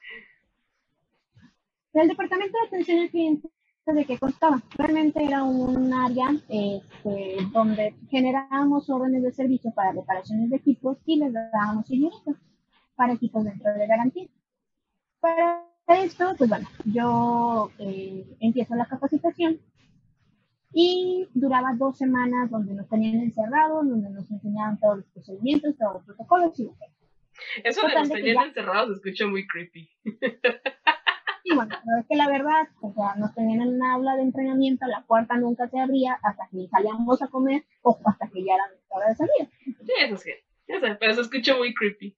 El departamento de atención al cliente, ¿de qué constaba? Realmente era un área este, donde generábamos órdenes de servicio para reparaciones de equipos y les dábamos seguimiento para equipos dentro de garantía. Para esto, pues bueno, yo eh, empiezo la capacitación y duraba dos semanas donde nos tenían encerrados, donde nos enseñaban todos los procedimientos, todos los protocolos y ok. Eso de los tenían encerrados se escucha muy creepy. Y bueno, pero es que la verdad, o sea, nos tenían en una aula de entrenamiento, la puerta nunca se abría hasta que salíamos a comer o hasta que ya era nuestra hora de salida. Sí, eso sí, eso, pero se escucha muy creepy.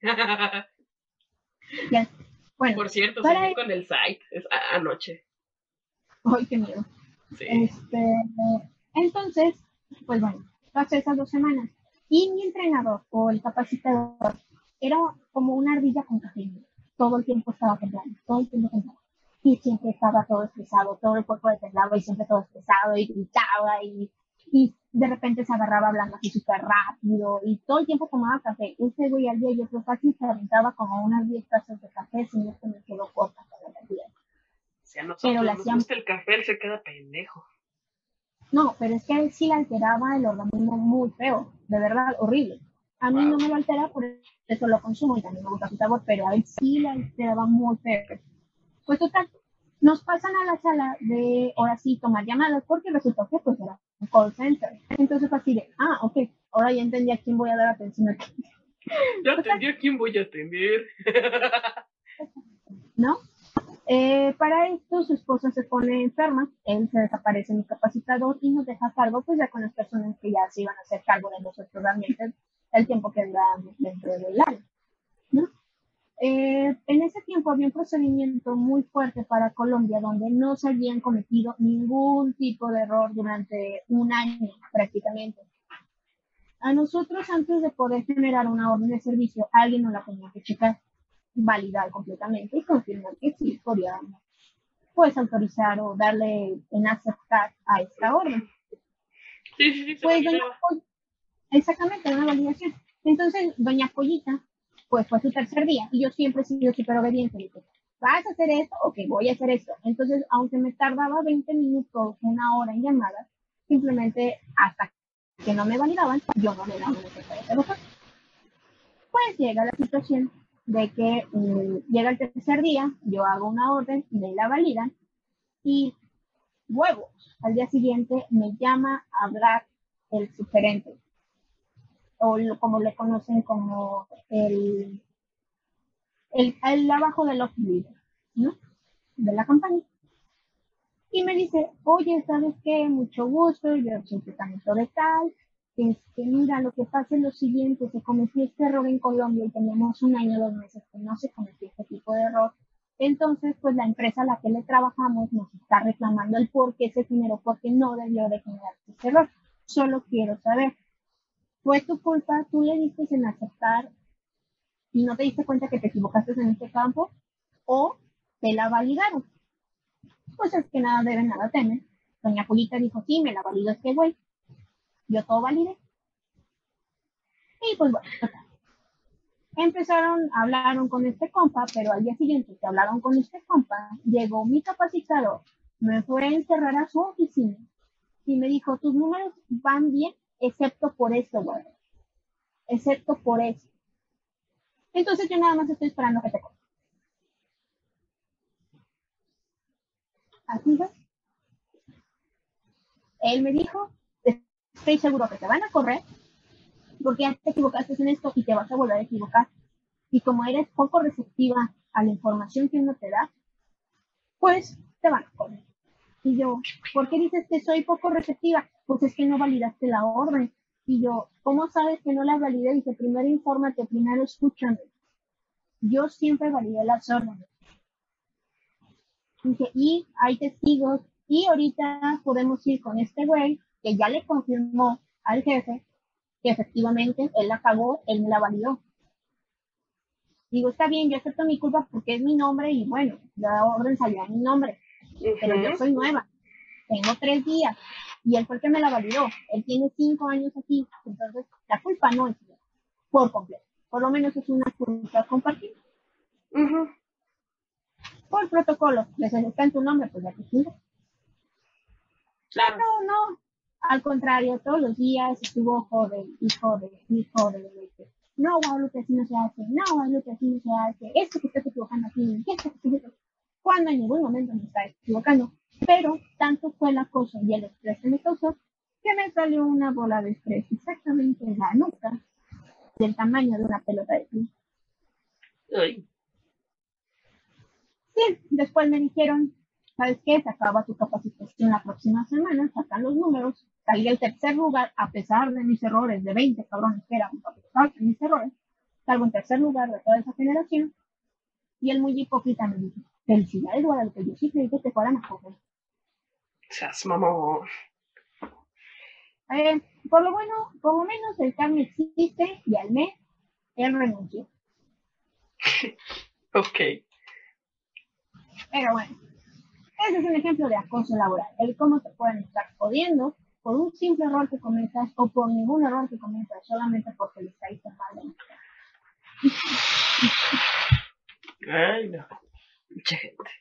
Ya. Bueno, por cierto, soñé el... con el site es a- anoche. Ay, qué miedo. Sí. Este, entonces, pues bueno, pasé esas dos semanas y mi entrenador o el capacitador era como una ardilla con cafeína. Todo el tiempo estaba temblando, todo el tiempo temblando. Y siempre estaba todo estresado, todo el cuerpo le temblaba y siempre todo estresado y gritaba y, y de repente se agarraba hablando así súper rápido y todo el tiempo tomaba café. Ese güey al día yo creo casi se aventaba como unas diez tazas de café, si no es que me quedó corta con la cantidad. Si a nosotros pero nos hacían... gusta el café, él se queda pendejo. No, pero es que a él sí le alteraba el organismo muy feo, de verdad, horrible. A mí wow. no me lo altera, por eso lo consumo y también me gusta su sabor, pero a él sí le alteraba muy feo. Pues total, nos pasan a la sala de, ahora sí, tomar llamadas, porque resultó que pues era un call center. Entonces así de, ah, ok, ahora ya entendí a quién voy a dar atención aquí. Ya entendí a quién voy a atender. ¿No? Eh, para esto su esposa se pone enferma, él se desaparece en el capacitador y nos deja a cargo pues ya con las personas que ya se iban a hacer cargo de nosotros realmente el tiempo que durábamos dentro del área, ¿no? Eh, en ese tiempo había un procedimiento muy fuerte para Colombia donde no se habían cometido ningún tipo de error durante un año prácticamente. A nosotros antes de poder generar una orden de servicio, alguien nos la tenía que checar, validar completamente y confirmar que sí podíamos pues autorizar o darle en aceptar a esta orden. Sí, sí, sí, se pues doña Poll- exactamente, una validación. Entonces, doña Pollita, pues fue su tercer día y yo siempre he sido súper obediente. Le dije, ¿vas a hacer esto? Ok, voy a hacer esto. Entonces, aunque me tardaba veinte minutos, una hora en llamadas, simplemente hasta que no me validaban, yo no le daba lo que puede hacer. Pues llega la situación de que um, llega el tercer día, yo hago una orden, me la validan y huevos. Al día siguiente me llama a hablar el sugerente, o lo, como le conocen como el, el, el abajo del off leader, ¿no? De la compañía. Y me dice, oye, ¿sabes qué? Mucho gusto, yo soy tratamiento de tal. Este, mira, lo que pasa es lo siguiente, se cometió este error en Colombia y teníamos un año, dos meses que no se cometió este tipo de error. Entonces, pues la empresa a la que le trabajamos nos está reclamando el por qué se generó, porque no debió de generarse ese error. Solo quiero saber, ¿fue tu culpa? ¿Tú le diste en aceptar y no te diste cuenta que te equivocaste en este campo? ¿O te la validaron? Pues es que nada debe, nada teme. Doña Polita dijo, sí, me la validó este güey. Yo todo validé. Y pues bueno, empezaron, hablaron con este compa, pero al día siguiente que hablaron con este compa, llegó mi capacitador, me fue a encerrar a su oficina y me dijo, tus números van bien, excepto por esto, güey. Excepto por eso. Entonces yo nada más estoy esperando que te compre. él me dijo, estoy seguro que te van a correr porque ya te equivocaste en esto y te vas a volver a equivocar. Y como eres poco receptiva a la información que uno te da, pues te van a correr. Y yo, ¿por qué dices que soy poco receptiva? Pues es que no validaste la orden. Y yo, ¿cómo sabes que no la validé? Dice, primero infórmate, primero escúchame. Yo siempre validé las órdenes. Dice, y hay testigos, y ahorita podemos ir con este güey que ya le confirmó al jefe que efectivamente él la cagó, él me la validó. Digo, está bien, yo acepto mi culpa porque es mi nombre y bueno, la orden salió a mi nombre, uh-huh. Pero yo soy nueva, tengo tres días y él fue el que me la validó. Él tiene cinco años aquí, entonces la culpa no es mía, por completo. Por lo menos es una culpa compartida. Uh-huh. Por protocolo, les está en tu nombre, pues ya te sigo. Claro. No, no, al contrario, todos los días estuvo joder, y joder, y joder. No, Guadalupe, así no se hace. No, Guadalupe, así no se hace. Esto que estás equivocando aquí, esto que estás cuando en ningún momento me está equivocando. Pero tanto fue el acoso y el estrés que me causó que me salió una bola de estrés exactamente en la nuca del tamaño de una pelota de tenis. Uy. Sí, después me dijeron, ¿sabes qué? Se acaba tu capacitación la próxima semana, sacan los números, salí el tercer lugar, a pesar de mis errores, de veinte cabrones que eran, a pesar de mis errores, salgo en tercer lugar de toda esa generación, y él muy hipócrita me dijo, felicidades, Guadalupe, yo sí creí que te fueran a coger. Seas mamón. Eh, por lo bueno, por lo menos el cambio existe, y al mes, él renunció. Ok. Pero bueno, ese es un ejemplo de acoso laboral, el cómo te pueden estar jodiendo por un simple error que cometas o por ningún error que cometas, solamente porque les caíste mal. Ay, no. Mucha gente.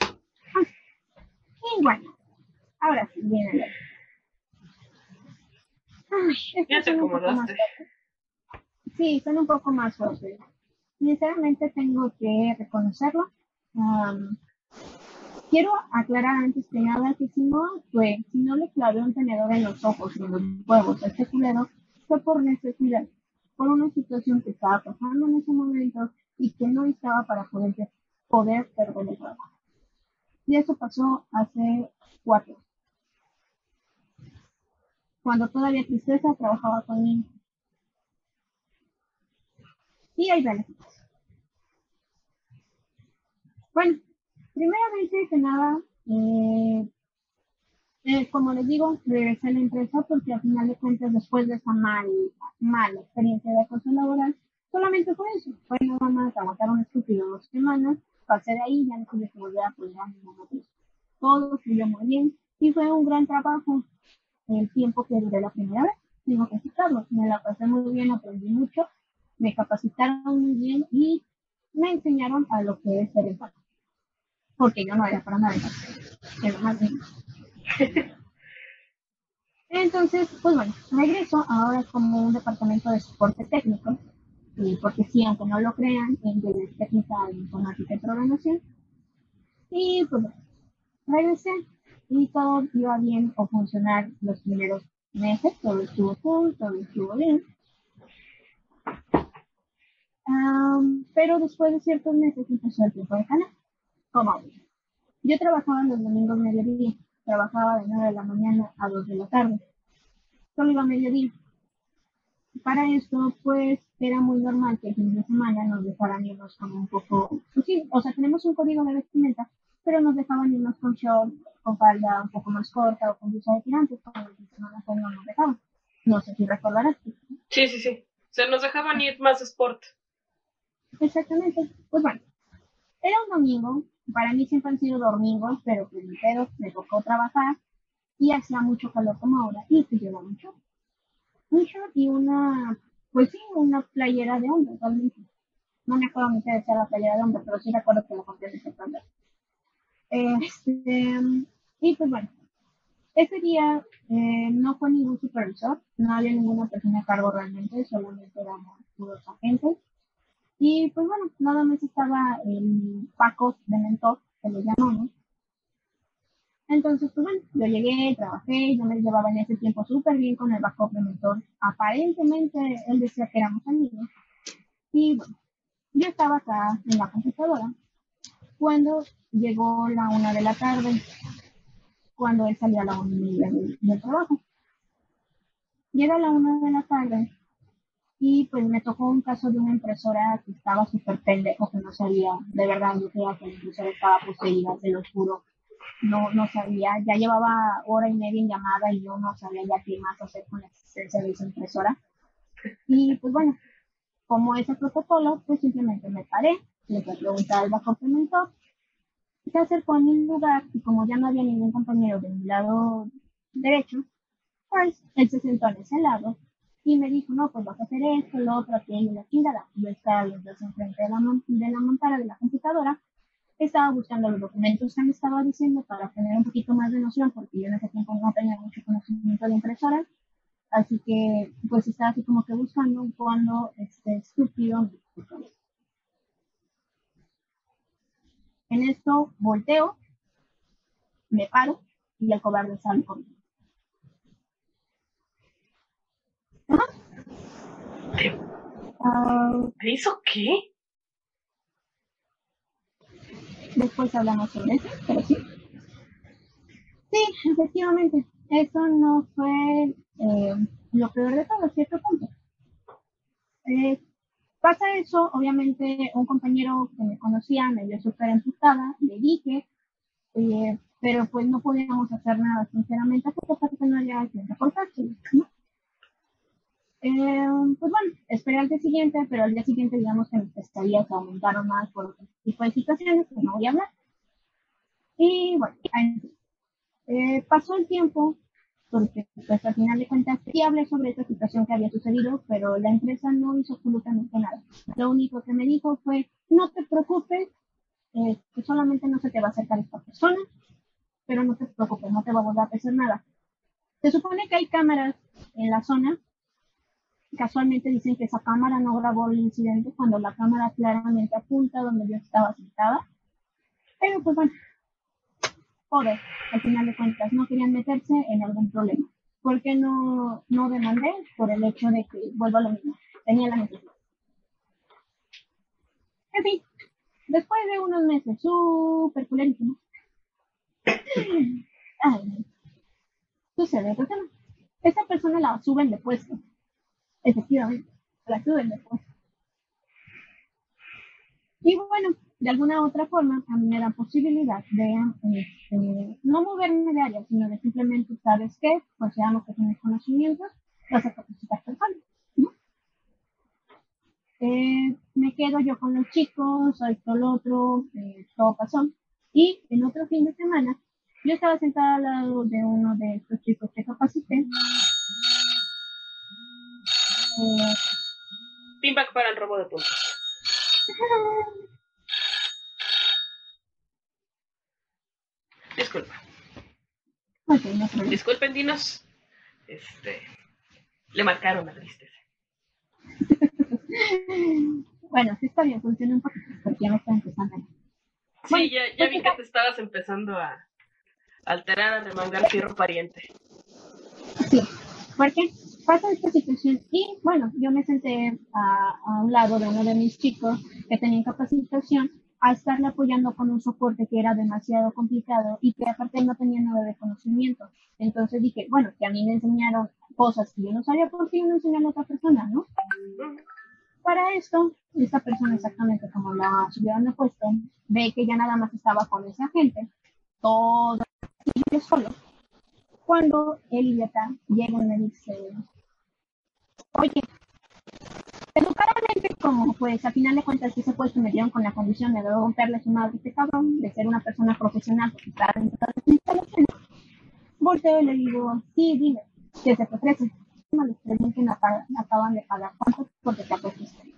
Y bueno, ahora sí, viene el... Ay, ya te acomodaste. Sí, son un poco más fuertes. Sinceramente tengo que reconocerlo. Um, quiero aclarar antes que nada que si no fue, si no le clavé un tenedor en los ojos y en los huevos a este culero, fue por necesidad, por una situación que estaba pasando en ese momento y que no estaba para poder, poder perder el trabajo. Y eso pasó hace cuatro. Cuando todavía Tristeza trabajaba conmigo. Y hay beneficios. Bueno, primeramente que nada, eh, eh, como les digo, regresé a la empresa porque al final de cuentas, después de esa mal, mala experiencia de acoso laboral, solamente fue eso. Fue nada más aguantar un estúpido dos semanas, pasé de ahí, ya no tuve que volver a apoyar a mi mamá. Todo fluyó muy bien y fue un gran trabajo el tiempo que duré la primera vez. Tengo que aceptarlo, me la pasé muy bien, aprendí mucho, me capacitaron muy bien y me enseñaron a lo que es ser empático. Porque yo no era para nada pero más bien. Entonces, pues bueno, regreso ahora como un departamento de soporte técnico, y porque sí, aunque no lo crean, en de técnica de informática y programación. Y pues bueno, regresé y todo iba bien o funcionar los primeros meses, todo estuvo cool, todo estuvo bien. Um, pero después de ciertos meses empezó el tiempo de canal. ¿Cómo? Yo trabajaba los domingos mediodía, trabajaba de nueve de la mañana a dos de la tarde. Solo iba a mediodía. Para esto, pues, era muy normal que el fin de semana nos dejaran irnos con un poco, pues sí, o sea, tenemos un código de vestimenta, pero nos dejaban irnos con short, con falda un poco más corta o con blusa de tirantes, como el fin de semana no nos dejaban. No sé si recordarás. Sí, sí, sí. Se nos dejaban ir más sport. Exactamente. Pues bueno, era un domingo, para mí siempre han sido domingos, pero pues mi pedo, me tocó trabajar y hacía mucho calor como ahora y se llevaba mucho. Un short y una, pues sí, una playera de hombre, realmente. No me acuerdo ni qué decía la playera de hombre, pero sí recuerdo que la compré en ese problema. Este, y pues bueno, ese día eh, no fue ningún supervisor, no había ninguna persona a cargo realmente, solamente éramos puros agentes. Y pues bueno, nada más estaba el Paco de mentor, que le llamamos. Entonces, pues bueno, yo llegué, trabajé, yo me llevaba en ese tiempo súper bien con el backup de mentor. Aparentemente, él decía que éramos amigos. Y bueno, yo estaba acá en la computadora cuando llegó la una de la tarde, cuando él salía a la una y media del, del trabajo. Llega a la una de la tarde y pues me tocó un caso de una impresora que estaba súper pendejo, que no sabía, de verdad, yo creía que la impresora estaba poseída, se lo juro. No, no sabía, ya llevaba hora y media en llamada y yo no sabía ya qué más hacer con la existencia de esa impresora. Y pues bueno, como ese protocolo, pues simplemente me paré, le pregunté al backup de mentor, se acercó a mi lugar y como ya no había ningún compañero de mi lado derecho, pues él se sentó en ese lado y me dijo, no, pues vas a hacer esto, lo otro, aquello y la chingada. Yo estaba los dos enfrente de la, de la montada de la computadora, estaba buscando los documentos que me estaba diciendo para tener un poquito más de noción, porque yo en ese tiempo no tenía mucho conocimiento de impresoras, así que pues estaba así como que buscando cuando este estúpido me dijo. En esto volteo, me paro y el cobarde sale conmigo. ¿Te, Uh, ¿te hizo qué? Después hablamos sobre eso, pero sí. Sí, efectivamente, eso no fue eh, lo peor de todo, cierto punto. Eh, pasa eso, obviamente un compañero que me conocía me vio súper emputada, le dije, eh, pero pues no podíamos hacer nada, sinceramente, porque aparte no había quien reportarse, ¿no? Eh, pues bueno, esperé al día siguiente, pero al día siguiente digamos que mis pesadillas aumentaron más por otro tipo de situaciones que no voy a hablar. Y bueno, eh, pasó el tiempo, porque pues al final de cuentas sí hablé sobre esta situación que había sucedido, pero la empresa no hizo absolutamente nada. Lo único que me dijo fue, no te preocupes, eh, que solamente no se te va a acercar esta persona, pero no te preocupes, no te va a volver a hacer nada. Se supone que hay cámaras en la zona. Casualmente dicen que esa cámara no grabó el incidente cuando la cámara claramente apunta donde yo estaba sentada. Pero pues bueno, joder, al final de cuentas no querían meterse en algún problema. ¿Por qué no, no demandé? Por el hecho de que, vuelvo a lo mismo, tenía la necesidad. En fin, después de unos meses súper culerísimos, sucede otro tema. Esta persona la suben de puesto. Efectivamente, la suben de puesto. Y bueno, de alguna u otra forma, a mí me da posibilidad de este, no moverme de área, sino de simplemente, ¿sabes qué? Pues seamos que tienes conocimientos, vas a capacitar personas, ¿no? Eh, me quedo yo con los chicos, esto, lo otro, eh, todo pasó. Y en otro fin de semana, yo estaba sentada al lado de uno de estos chicos que capacité. Eh, Pinback para el robo de puntos. Disculpa. Okay, no problema. Disculpen, dinos. Este. Le marcaron a la tristeza. Bueno, sí está bien, funciona un poquito, porque ya me está empezando. Sí, Bueno, ya, ya pues vi que te estabas empezando a alterar, a remangar fierro pariente. Sí, porque pasa esta situación y bueno, yo me senté a, a un lado de uno de mis chicos que tenía capacitación a estarle apoyando con un soporte que era demasiado complicado y que aparte no tenía nada de conocimiento. Entonces dije, bueno, que a mí me enseñaron cosas que yo no sabía, ¿por qué yo no enseñarle a otra persona, no? Para esto, esta persona exactamente como la subieron de puesto, ve que ya nada más estaba con esa gente, todo y yo solo. Cuando el idiota llega y me dice, oye, educadamente, como pues a final de cuentas ese puesto me dieron con la condición de romperle su madre a este cabrón, de ser una persona profesional porque está dentro de las instalaciones, volteo y le digo, sí, dime, ¿qué se te ofrece? Les pregunto que me acaban de pagar cuánto porque te apuestas.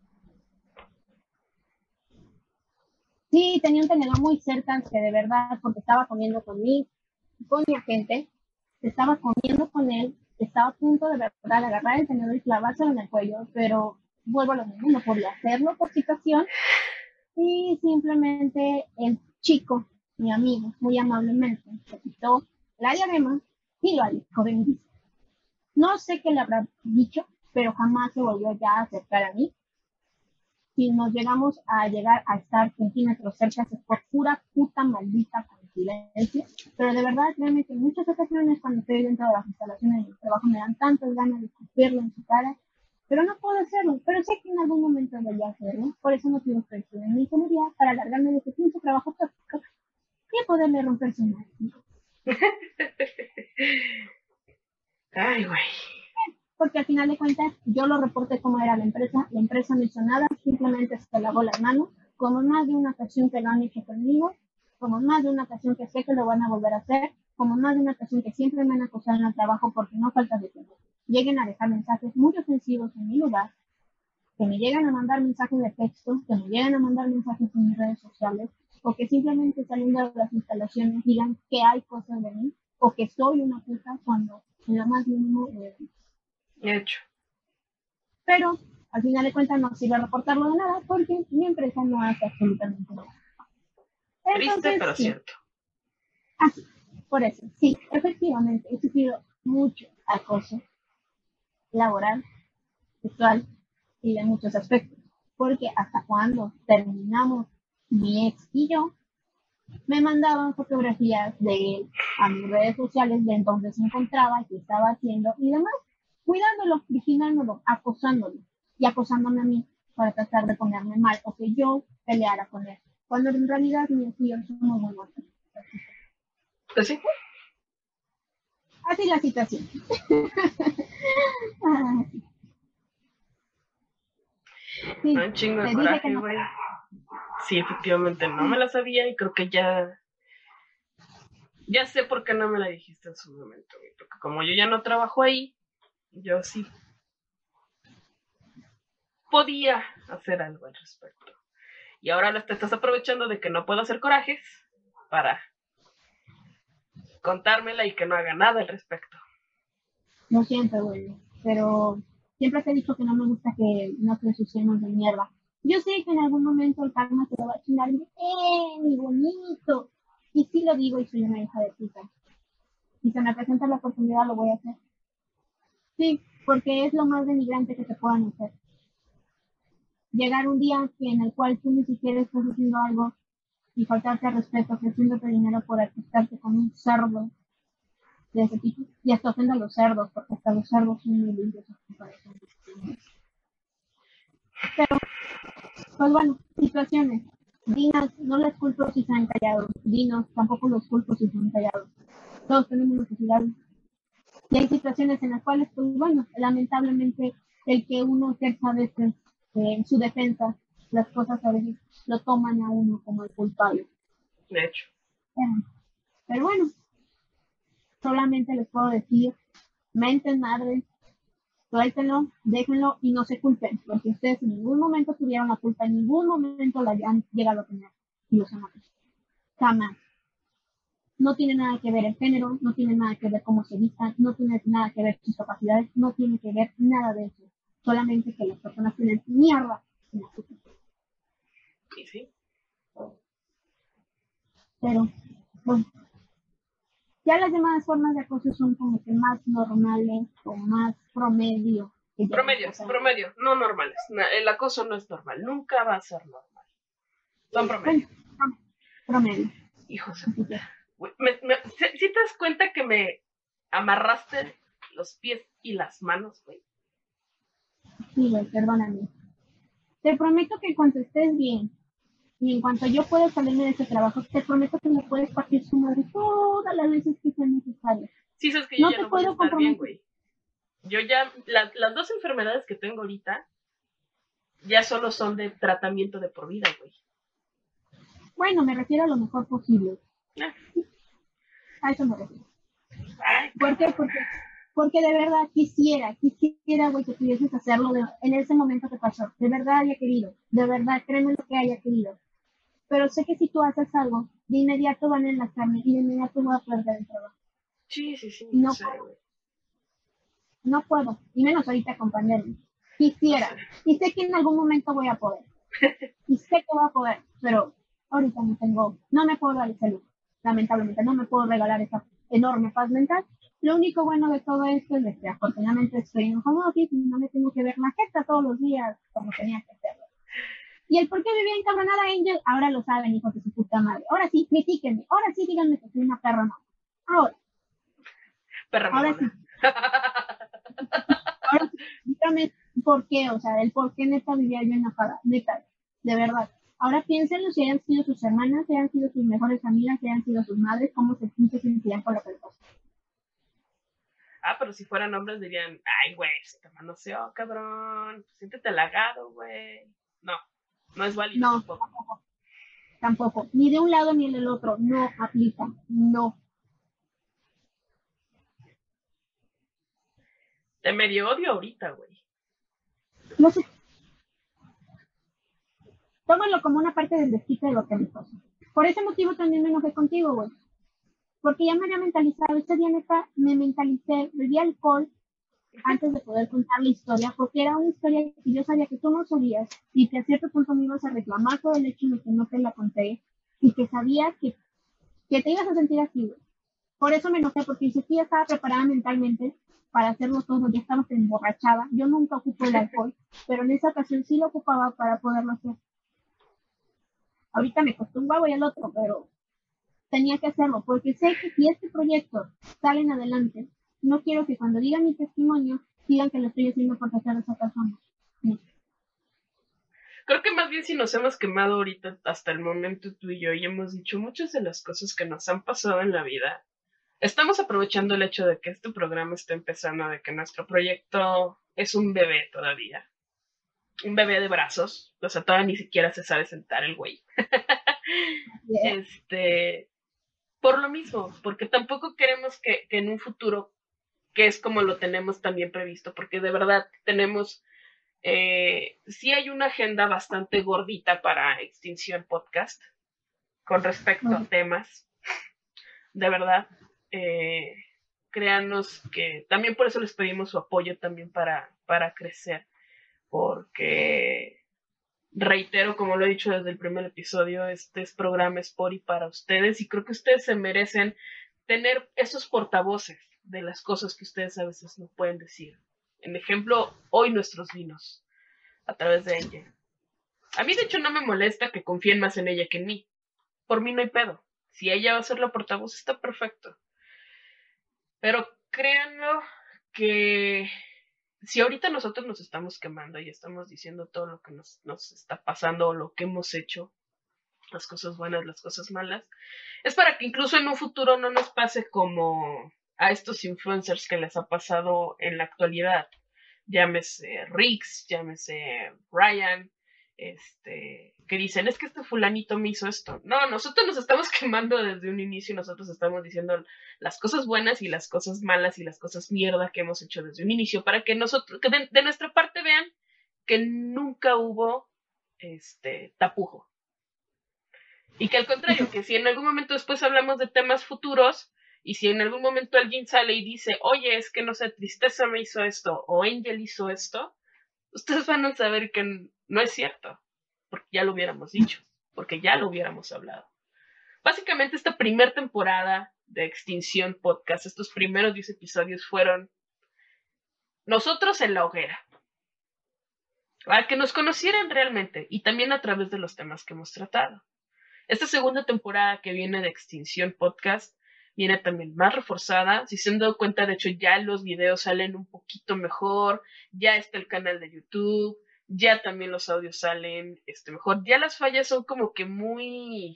Sí, tenía un tenedor muy cerca que de verdad, porque estaba comiendo con mi, con mi agente, estaba comiendo con él, estaba a punto de verdad agarrar el tenedor y clavárselo en el cuello, pero vuelvo a lo mismo, no podía hacerlo por situación y simplemente el chico mi amigo, muy amablemente, se quitó la diadema y lo alejó de mi vista. No sé qué le habrá dicho, pero jamás se volvió ya a acercar a mí. Si nos llegamos a llegar a estar centímetros cerca, es por pura puta maldita coincidencia. Pero de verdad, créeme que en muchas ocasiones cuando estoy dentro de las instalaciones de mi trabajo me dan tantas ganas de escupirlo en su cara, pero no puedo hacerlo. Pero sé que en algún momento debería hacerlo. Por eso no quiero que estudie mi ingeniería, para alargarme de ese pinche trabajo tóxico y poderle romper su madre. Ay, güey. Porque al final de cuentas yo lo reporté como era la empresa, la empresa no hizo nada, simplemente se lavó las manos, como más de una ocasión que lo han hecho conmigo, como más de una ocasión que sé que lo van a volver a hacer, como más de una ocasión que siempre me han acosado en el trabajo porque no falta de tiempo. Lleguen a dejar mensajes muy ofensivos en mi lugar, que me llegan a mandar mensajes de texto, que me llegan a mandar mensajes en mis redes sociales, o que simplemente saliendo de las instalaciones digan que hay cosas de mí, o que soy una puta cuando en lo más mínimo eh, Hecho. pero al final de cuentas no sirve reportarlo de nada porque mi empresa no hace absolutamente nada. Triste, Entonces, pero sí, cierto. así, por eso, sí, efectivamente, he sufrido mucho acoso laboral, sexual y de muchos aspectos. Porque hasta cuando terminamos mi ex y yo, me mandaban fotografías de él a mis redes sociales de entonces se encontraba, qué estaba haciendo y demás, cuidándolo, vigilándolo, acosándolo y acosándome a mí para tratar de ponerme mal o que yo peleara con él. Cuando en realidad mi ex y yo somos muy buenos. Pues sí. Así la situación. Ah, sí, Un chingo de te dije que coraje, no. güey. Sí, efectivamente no me la sabía y creo que ya. Ya sé por qué no me la dijiste en su momento, güey. Porque como yo ya no trabajo ahí, yo sí podía hacer algo al respecto. Y ahora te estás aprovechando de que no puedo hacer corajes para contármela y que no haga nada al respecto. Lo siento, güey, pero siempre te he dicho que no me gusta que nos ensuciemos de mierda. Yo sé que en algún momento el karma te lo va a chingar y dice, ¡eh, mi bonito! Y sí lo digo y soy una hija de puta. Si se me presenta la oportunidad lo voy a hacer. Sí, porque es lo más denigrante que te puedan hacer. Llegar un día en el cual tú ni siquiera estás haciendo algo y faltarte al respeto, ofreciéndote dinero por acostarte con un cerdo de ese tipo. Y hasta ofenda a los cerdos, porque hasta los cerdos son muy limpios. Pero, pues bueno, situaciones. Dinos, no les culpo si se han callado. Dinos, tampoco los culpo si se han callado. Todos tenemos necesidades. Y hay situaciones en las cuales, pues bueno, lamentablemente el que uno ejerza a veces eh, en su defensa, las cosas a veces lo toman a uno como el culpable. De hecho. Pero, pero bueno, solamente les puedo decir, menten madres, suéltenlo, déjenlo y no se culpen, porque ustedes en ningún momento tuvieron la culpa, en ningún momento la han llegado a tener. Y los aman. Jamás. No tiene nada que ver el género, no tiene nada que ver cómo se vistan, no tiene nada que ver sus capacidades, no tiene que ver nada de eso. Solamente que las personas tienen mierda en la puta. Y sí. Pero, bueno, ya las demás formas de acoso son como que más normales o más promedio. Que ya Promedio, promedio, no normales. El acoso no es normal, nunca va a ser normal. Son promedio. Bueno, promedio. Hijos de puta. Me, me, ¿Sí te das cuenta que me amarraste los pies y las manos, güey? Sí, güey, perdóname. Te prometo que cuando estés bien y en cuanto yo pueda salirme de ese trabajo, te prometo que me puedes partir su madre todas las veces que sea necesario. Sí, sabes que yo no ya te no voy a puedo estar bien, comprometer. güey. Yo ya, la, las dos enfermedades que tengo ahorita ya solo son de tratamiento de por vida, güey. Bueno, me refiero a lo mejor posible. Ah. A eso me refiero. Ay, ¿Por qué? Porque, porque de verdad quisiera, quisiera, güey, que pudieses hacerlo de, en ese momento que pasó. De verdad haya querido. De verdad, créeme lo que haya querido. Pero sé que si tú haces algo, de inmediato van a enlazarme y de inmediato voy a perder el trabajo. Sí, sí, sí. No sé, puedo. güey. No puedo. Y menos ahorita con pandemia. Quisiera. No sé. Y sé que en algún momento voy a poder. Y sé que voy a poder. Pero ahorita no tengo, no me puedo dar ese lujo. lamentablemente no me puedo regalar esa enorme paz mental. Lo único bueno de todo esto es que afortunadamente estoy en un home office y no me tengo que ver la jeta todos los días como tenía que hacerlo. Y el por qué vivía encabronada Angel, ahora lo saben, hijos de su puta madre. Ahora sí, critíquenme. Ahora sí, díganme que soy una perra mamá. Ahora. Perra ahora mamona. sí. Ahora sí, dígame por qué, o sea, el por qué neta vivía yo enojada. Neta, de verdad. Ahora piénsenlo si hayan sido sus hermanas, si hayan sido sus mejores amigas, si hayan sido sus madres, cómo se sentían con lo que les pasó. Ah, pero si fueran hombres dirían, ay, güey, se te manoseó, cabrón. Siéntete halagado, güey. No, no es válido No, tampoco. tampoco. Tampoco. Ni de un lado ni del otro. No aplica. No. Te medio odio ahorita, güey. No sé. Tómalo como una parte del desquite de lo que me pasó. Por ese motivo también me enojé contigo, güey. Porque ya me había mentalizado. Este día neta me mentalicé, bebí alcohol antes de poder contar la historia, porque era una historia que yo sabía que tú no sabías y que a cierto punto me ibas a reclamar por el hecho de que no te la conté y que sabías que, que te ibas a sentir así, güey. Por eso me enojé, porque si ya estaba preparada mentalmente para hacerlo todo, ya estaba emborrachada. Yo nunca ocupo el alcohol, pero en esa ocasión sí lo ocupaba para poderlo hacer. Ahorita me costó un huevo y el otro, pero tenía que hacerlo, porque sé que si este proyecto sale en adelante, no quiero que cuando digan mi testimonio, digan que lo estoy haciendo por hacer a esa persona. No. Creo que más bien si nos hemos quemado ahorita hasta el momento tú y yo y hemos dicho muchas de las cosas que nos han pasado en la vida, estamos aprovechando el hecho de que este programa está empezando, de que nuestro proyecto es un bebé todavía. Un bebé de brazos. O sea, todavía ni siquiera se sabe sentar el güey. Yeah. Este, por lo mismo, porque tampoco queremos que, que en un futuro, que es como lo tenemos también previsto, porque de verdad tenemos, eh, sí hay una agenda bastante gordita para Extinción Podcast con respecto a temas, de verdad. Eh, créanos que también por eso les pedimos su apoyo también para, para crecer, porque reitero, como lo he dicho desde el primer episodio, este es programa es por y para ustedes y creo que ustedes se merecen tener esos portavoces de las cosas que ustedes a veces no pueden decir. En ejemplo, hoy nuestros vinos, a través de ella. A mí de hecho no me molesta que confíen más en ella que en mí. Por mí no hay pedo. Si ella va a ser la portavoz, está perfecto. Pero créanlo que si ahorita nosotros nos estamos quemando y estamos diciendo todo lo que nos, nos está pasando o lo que hemos hecho, las cosas buenas, las cosas malas, es para que incluso en un futuro no nos pase como a estos influencers que les ha pasado en la actualidad. Llámese Rix, llámese Ryan, este, que dicen, es que este fulanito me hizo esto. No, nosotros nos estamos quemando desde un inicio y nosotros estamos diciendo las cosas buenas y las cosas malas y las cosas mierda que hemos hecho desde un inicio para que nosotros, que de, de nuestra parte vean que nunca hubo este tapujo. Y que al contrario, que si en algún momento después hablamos de temas futuros y si en algún momento alguien sale y dice, oye, es que no sé, Tristeza me hizo esto o Angel hizo esto, ustedes van a saber que no es cierto, porque ya lo hubiéramos dicho, porque ya lo hubiéramos hablado. Básicamente esta primera temporada de Extinción Podcast, estos primeros diez episodios fueron nosotros en la hoguera, para que nos conocieran realmente y también a través de los temas que hemos tratado. Esta segunda temporada que viene de Extinción Podcast viene también más reforzada. Si se han dado cuenta, de hecho, ya los videos salen un poquito mejor. Ya está el canal de YouTube. Ya también los audios salen este, mejor. Ya las fallas son como que muy...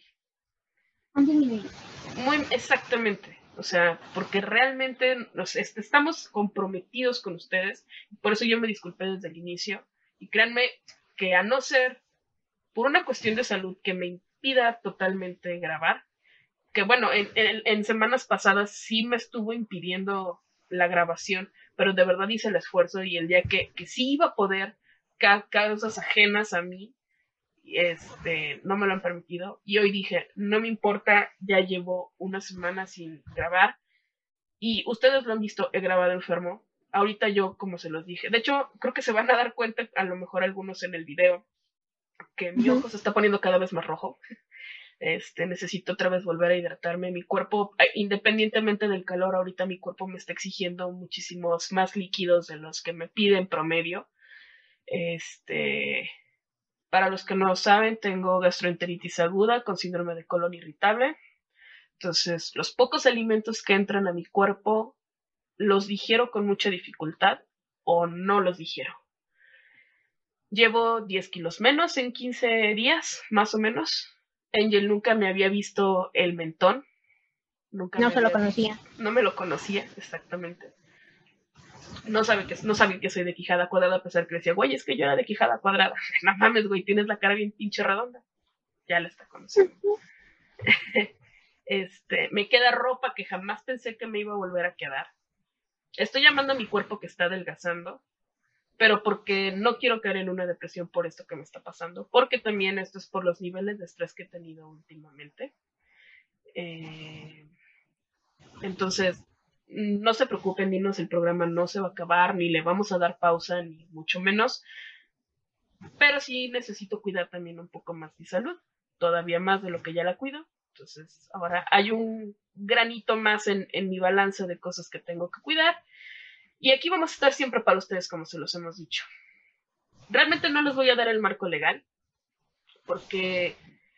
Muy exactamente. O sea, porque realmente nos, este, estamos comprometidos con ustedes. Por eso yo me disculpé desde el inicio. Y créanme que a no ser por una cuestión de salud que me impida totalmente grabar, que bueno, en, en, en semanas pasadas sí me estuvo impidiendo la grabación, pero de verdad hice el esfuerzo y el día que, que sí iba a poder, ca causas ajenas a mí, este, no me lo han permitido. Y hoy dije, no me importa, ya llevo una semana sin grabar. Y ustedes lo han visto, he grabado enfermo. Ahorita yo, como se los dije, de hecho, creo que se van a dar cuenta, a lo mejor algunos en el video, que mi Uh-huh. ojo se está poniendo cada vez más rojo. Este, necesito otra vez volver a hidratarme. Mi cuerpo, independientemente del calor, ahorita mi cuerpo me está exigiendo muchísimos más líquidos de los que me piden promedio. Este, para los que no saben, tengo gastroenteritis aguda con síndrome de colon irritable. Entonces, los pocos alimentos que entran a mi cuerpo los digiero con mucha dificultad o no los digiero. Llevo diez kilos menos en quince días, más o menos. Angel nunca me había visto el mentón. Nunca no me se lo había... conocía. No me lo conocía, exactamente. No sabe que, no sabe que soy de quijada cuadrada, a pesar que decía, güey, es que yo era de quijada cuadrada. No mames, güey, tienes la cara bien pinche redonda. Ya la está conociendo. Este, me queda ropa que jamás pensé que me iba a volver a quedar. Estoy llamando a mi cuerpo que está adelgazando, pero porque no quiero caer en una depresión por esto que me está pasando, porque también esto es por los niveles de estrés que he tenido últimamente. Eh, entonces, no se preocupen, niños, el programa no se va a acabar, ni le vamos a dar pausa, ni mucho menos, pero sí necesito cuidar también un poco más mi salud, todavía más de lo que ya la cuido. Entonces, ahora hay un granito más en, en mi balance de cosas que tengo que cuidar. Y aquí vamos a estar siempre para ustedes, como se los hemos dicho. Realmente no les voy a dar el marco legal, porque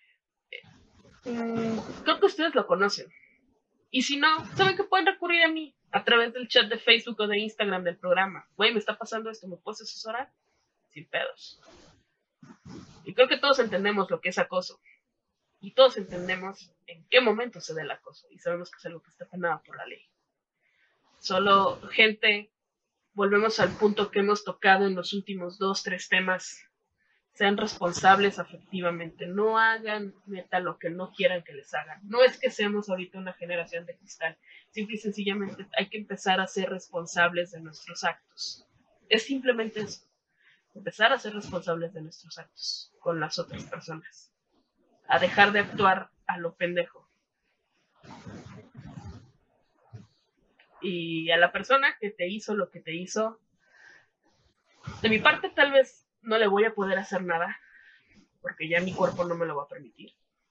mmm, creo que ustedes lo conocen. Y si no, saben que pueden recurrir a mí a través del chat de Facebook o de Instagram del programa. Güey, me está pasando esto, ¿me puedes asesorar? Sin pedos. Y creo que todos entendemos lo que es acoso. Y todos entendemos en qué momento se da el acoso. Y sabemos que es algo que está penado por la ley. Solo, gente, volvemos al punto que hemos tocado en los últimos dos, tres temas. Sean responsables afectivamente. No hagan neta lo que no quieran que les hagan. No es que seamos ahorita una generación de cristal. Simple y sencillamente hay que empezar a ser responsables de nuestros actos. Es simplemente eso. Empezar a ser responsables de nuestros actos con las otras personas. A dejar de actuar a lo pendejo. Y a la persona que te hizo lo que te hizo, de mi parte tal vez no le voy a poder hacer nada, porque ya mi cuerpo no me lo va a permitir.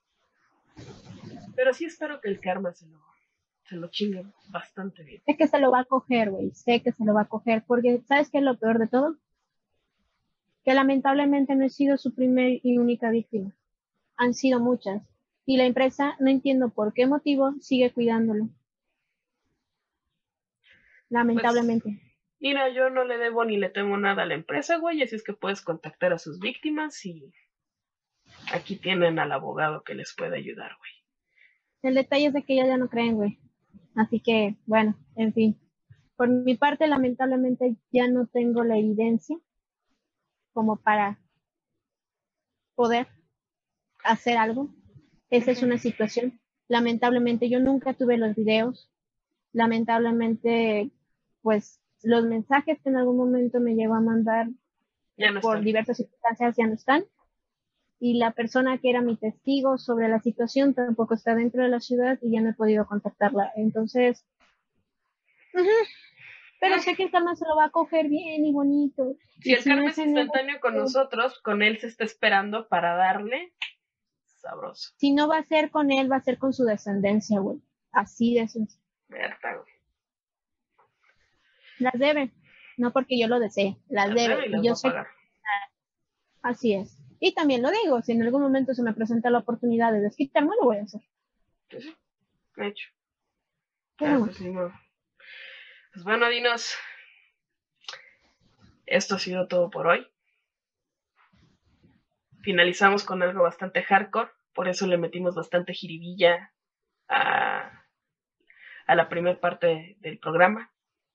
Pero sí espero que el karma se lo, se lo chingue bastante bien. Sé que se lo va a coger, güey, sé que se lo va a coger, porque ¿sabes qué es lo peor de todo? Que lamentablemente no he sido su primer y única víctima. Han sido muchas. Y la empresa, no entiendo por qué motivo, sigue cuidándolo. Lamentablemente. Pues, mira, yo no le debo ni le temo nada a la empresa, güey, así es que puedes contactar a sus víctimas y aquí tienen al abogado que les puede ayudar, güey. El detalle es de que ellas ya no creen, güey. Así que, bueno, en fin. Por mi parte, lamentablemente, ya no tengo la evidencia como para poder hacer algo. Esa es una situación. Lamentablemente, yo nunca tuve los videos. Lamentablemente, pues, los mensajes que en algún momento me llegó a mandar ya no por están. diversas circunstancias ya no están. Y la persona que era mi testigo sobre la situación tampoco está dentro de la ciudad y ya no he podido contactarla. Entonces, uh-huh. Pero sé que el karma se lo va a coger bien y bonito. Si y el si karma no es es instantáneo el... con nosotros, con él se está esperando para darle sabroso. Si no va a ser con él, va a ser con su descendencia, güey. Así de sencillo. Verta, güey. Las debe. No porque yo lo desee. Las, Las debe. debe y las Y yo va a sé pagar. que... Así es. Y también lo digo, si en algún momento se me presenta la oportunidad de desquitarme, lo voy a hacer. Pues sí, de hecho. Pero Claro que sí, no. Pues bueno, dinos. Esto ha sido todo por hoy. Finalizamos con algo bastante hardcore, por eso le metimos bastante jiribilla a, a la primera parte del programa.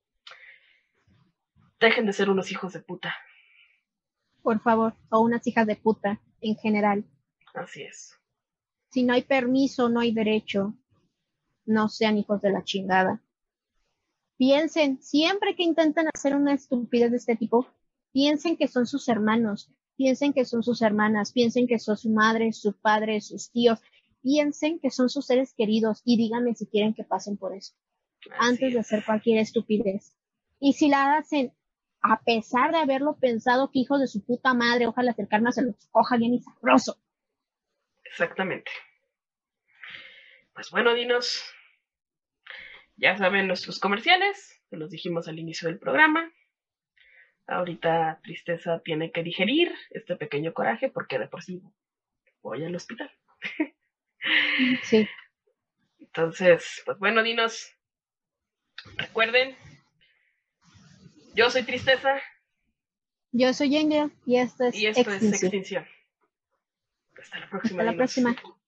Dejen de ser unos hijos de puta. por favor, o unas hijas de puta en general. Así es. Si no hay permiso, no hay derecho. No sean hijos de la chingada. Piensen, siempre que intentan hacer una estupidez de este tipo, piensen que son sus hermanos, piensen que son sus hermanas, piensen que son su madre, su padre, sus tíos, piensen que son sus seres queridos y díganme si quieren que pasen por eso, Así antes es. de hacer cualquier estupidez. Y si la hacen, a pesar de haberlo pensado, que hijos de su puta madre, ojalá el karma se los coja bien y sabroso. Exactamente. Pues bueno, dinos, ya saben nuestros comerciales, se los dijimos al inicio del programa. Ahorita Tristeza tiene que digerir este pequeño coraje porque de por sí voy al hospital. Sí. Entonces, pues bueno, dinos, recuerden, yo soy Tristeza. Yo soy Angel y esto es Y esto Extinción. es Extinción. Hasta la próxima. Hasta la dinos. próxima.